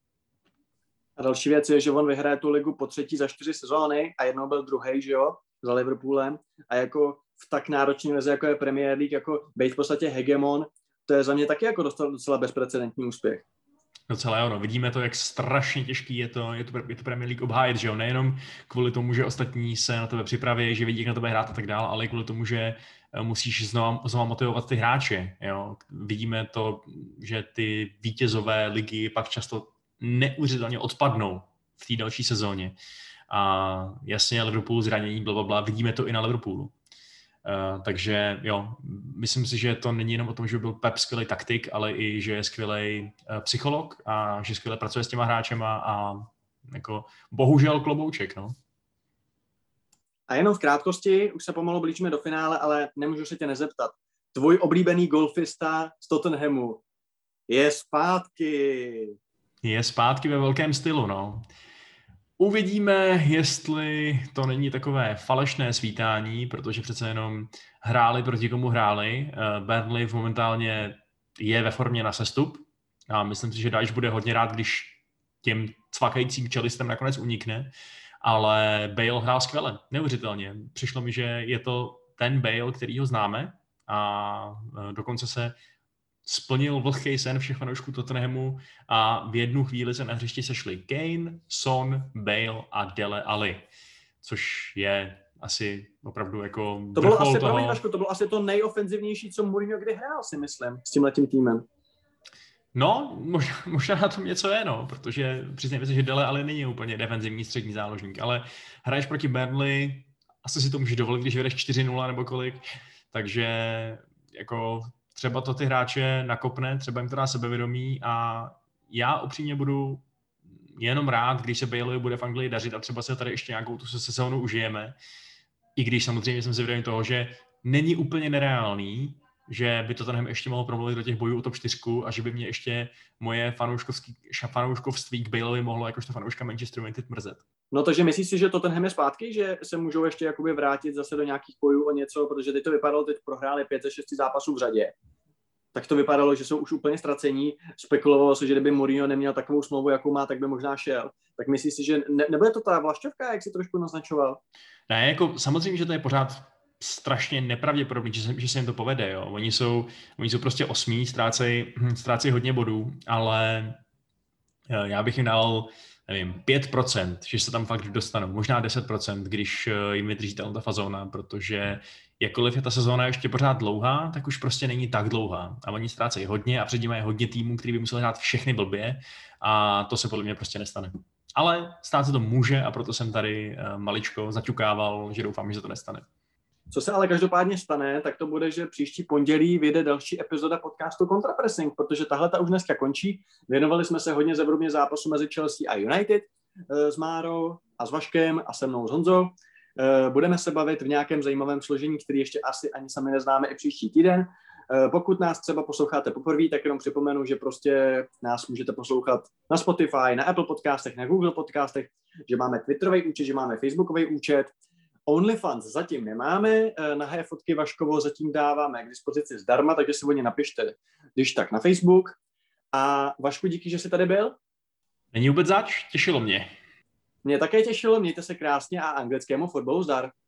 A další věc je, že on vyhraje tu ligu po 3. za 4 sezóny a jednou byl druhý, že jo, za Liverpoolem. A jako v tak náročné lize, jako je Premier League, jako být v podstatě hegemon, to je za mě taky jako docela bezprecedentní úspěch. Docela jo, no. Vidíme to, jak strašně těžký je to Premier League obhájit, že jo, nejenom kvůli tomu, že ostatní se na tebe připraví, že vidí, jak na tebe hrát a tak dále, ale kvůli tomu, že musíš znova motivovat ty hráče, jo. Vidíme to, že ty vítězové ligy pak často neuvěřitelně odpadnou v té další sezóně. A jasně, Liverpool zranění, blablabla, vidíme to i na Liverpoolu. Takže jo, myslím si, že to není jenom o tom, že byl Pep skvělý taktik, ale i, že je skvělý psycholog a že skvěle pracuje s těma hráčema a jako bohužel klobouček, no. A jenom v krátkosti, už se pomalu blížíme do finále, ale nemůžu se tě nezeptat. Tvůj oblíbený golfista z Tottenhamu je zpátky. Je zpátky ve velkém stylu, no. Uvidíme, jestli to není takové falešné svítání, protože přece jenom hráli proti komu hráli. Burnley momentálně je ve formě na sestup a myslím si, že Dyche bude hodně rád, když těm cvakajícím čelistem nakonec unikne, ale Bale hrál skvěle, neuvěřitelně. Přišlo mi, že je to ten Bale, který ho známe a dokonce se splnil vlhký sen všech fanoušků Tottenhamu a v jednu chvíli se na hřišti sešli Kane, Son, Bale a Dele Alli, což je asi opravdu jako to bylo asi, toho... Vašku, to bylo asi to nejofenzivnější, co Mourinho kdy hrál, si myslím, s tímhletím týmem. No, možná na tom něco je, no, protože přiznejme se, že Dele Alli není úplně defenzivní střední záložník, ale hraješ proti Burnley, asi si to můžeš dovolit, když vedeš 4-0 nebo kolik, takže jako třeba to ty hráče nakopne, třeba jim to dá sebevědomí a já upřímně budu jenom rád, když se Baleovi bude v Anglii dařit a třeba se tady ještě nějakou tu sezónu užijeme, i když samozřejmě jsem si vědomý toho, že není úplně nereálný, že by to Tottenham ještě mohlo promluvit do těch bojů o top 4 a že by mě ještě moje fanouškovství k Baleovi mohlo jakožto fanouška Manchester United mrzet. No takže myslíš si, že Tottenham je zpátky, že se můžou ještě jakoby vrátit zase do nějakých bojů o něco, protože teď to vypadalo, teď prohráli 5 ze 6 zápasů v řadě. Tak to vypadalo, že jsou už úplně ztracení. Spekulovalo se, že kdyby Mourinho neměl takovou smlouvu, jakou má, tak by možná šel. Tak myslíš si, že nebude to ta vlašťovka, jak si trošku naznačoval? Ne, jako samozřejmě, že to je pořád strašně nepravděpodobný, že se jim to povede. Jo. Oni jsou prostě 8, ztrácejí hodně bodů, ale já bych jim dal, nevím, 5%, že se tam fakt dostanou. Možná 10%, když jim vydrží ta fazóna, protože jakkoliv je ta sezóna ještě pořád dlouhá, tak už prostě není tak dlouhá. A oni ztrácejí hodně a před nimi je hodně týmů, který by museli hrát všechny blbě a to se podle mě prostě nestane. Ale stát se to může a proto jsem tady maličko zaťukával, že doufám, že se to nestane. Co se ale každopádně stane, tak to bude, že příští pondělí vyjde další epizoda podcastu Contrapressing, protože tahle ta už dneska končí. Věnovali jsme se hodně zevrubně zápasu mezi Chelsea a United s Márou a s Vaškem a se mnou s Honzou. Budeme se bavit v nějakém zajímavém složení, který ještě asi ani sami neznáme i příští týden. Pokud nás třeba posloucháte poprvé, tak jenom připomenu, že prostě nás můžete poslouchat na Spotify, na Apple podcastech, na Google podcastech, že máme Twitterový účet, že máme Facebookový účet. OnlyFans zatím nemáme, nahé fotky Vaškovo zatím dáváme k dispozici zdarma, takže si o ně napište, když tak na Facebook. A Vašku, díky, že jsi tady byl. Není vůbec zač, těšilo mě. Mě také těšilo, mějte se krásně a anglickému fotbalu zdar.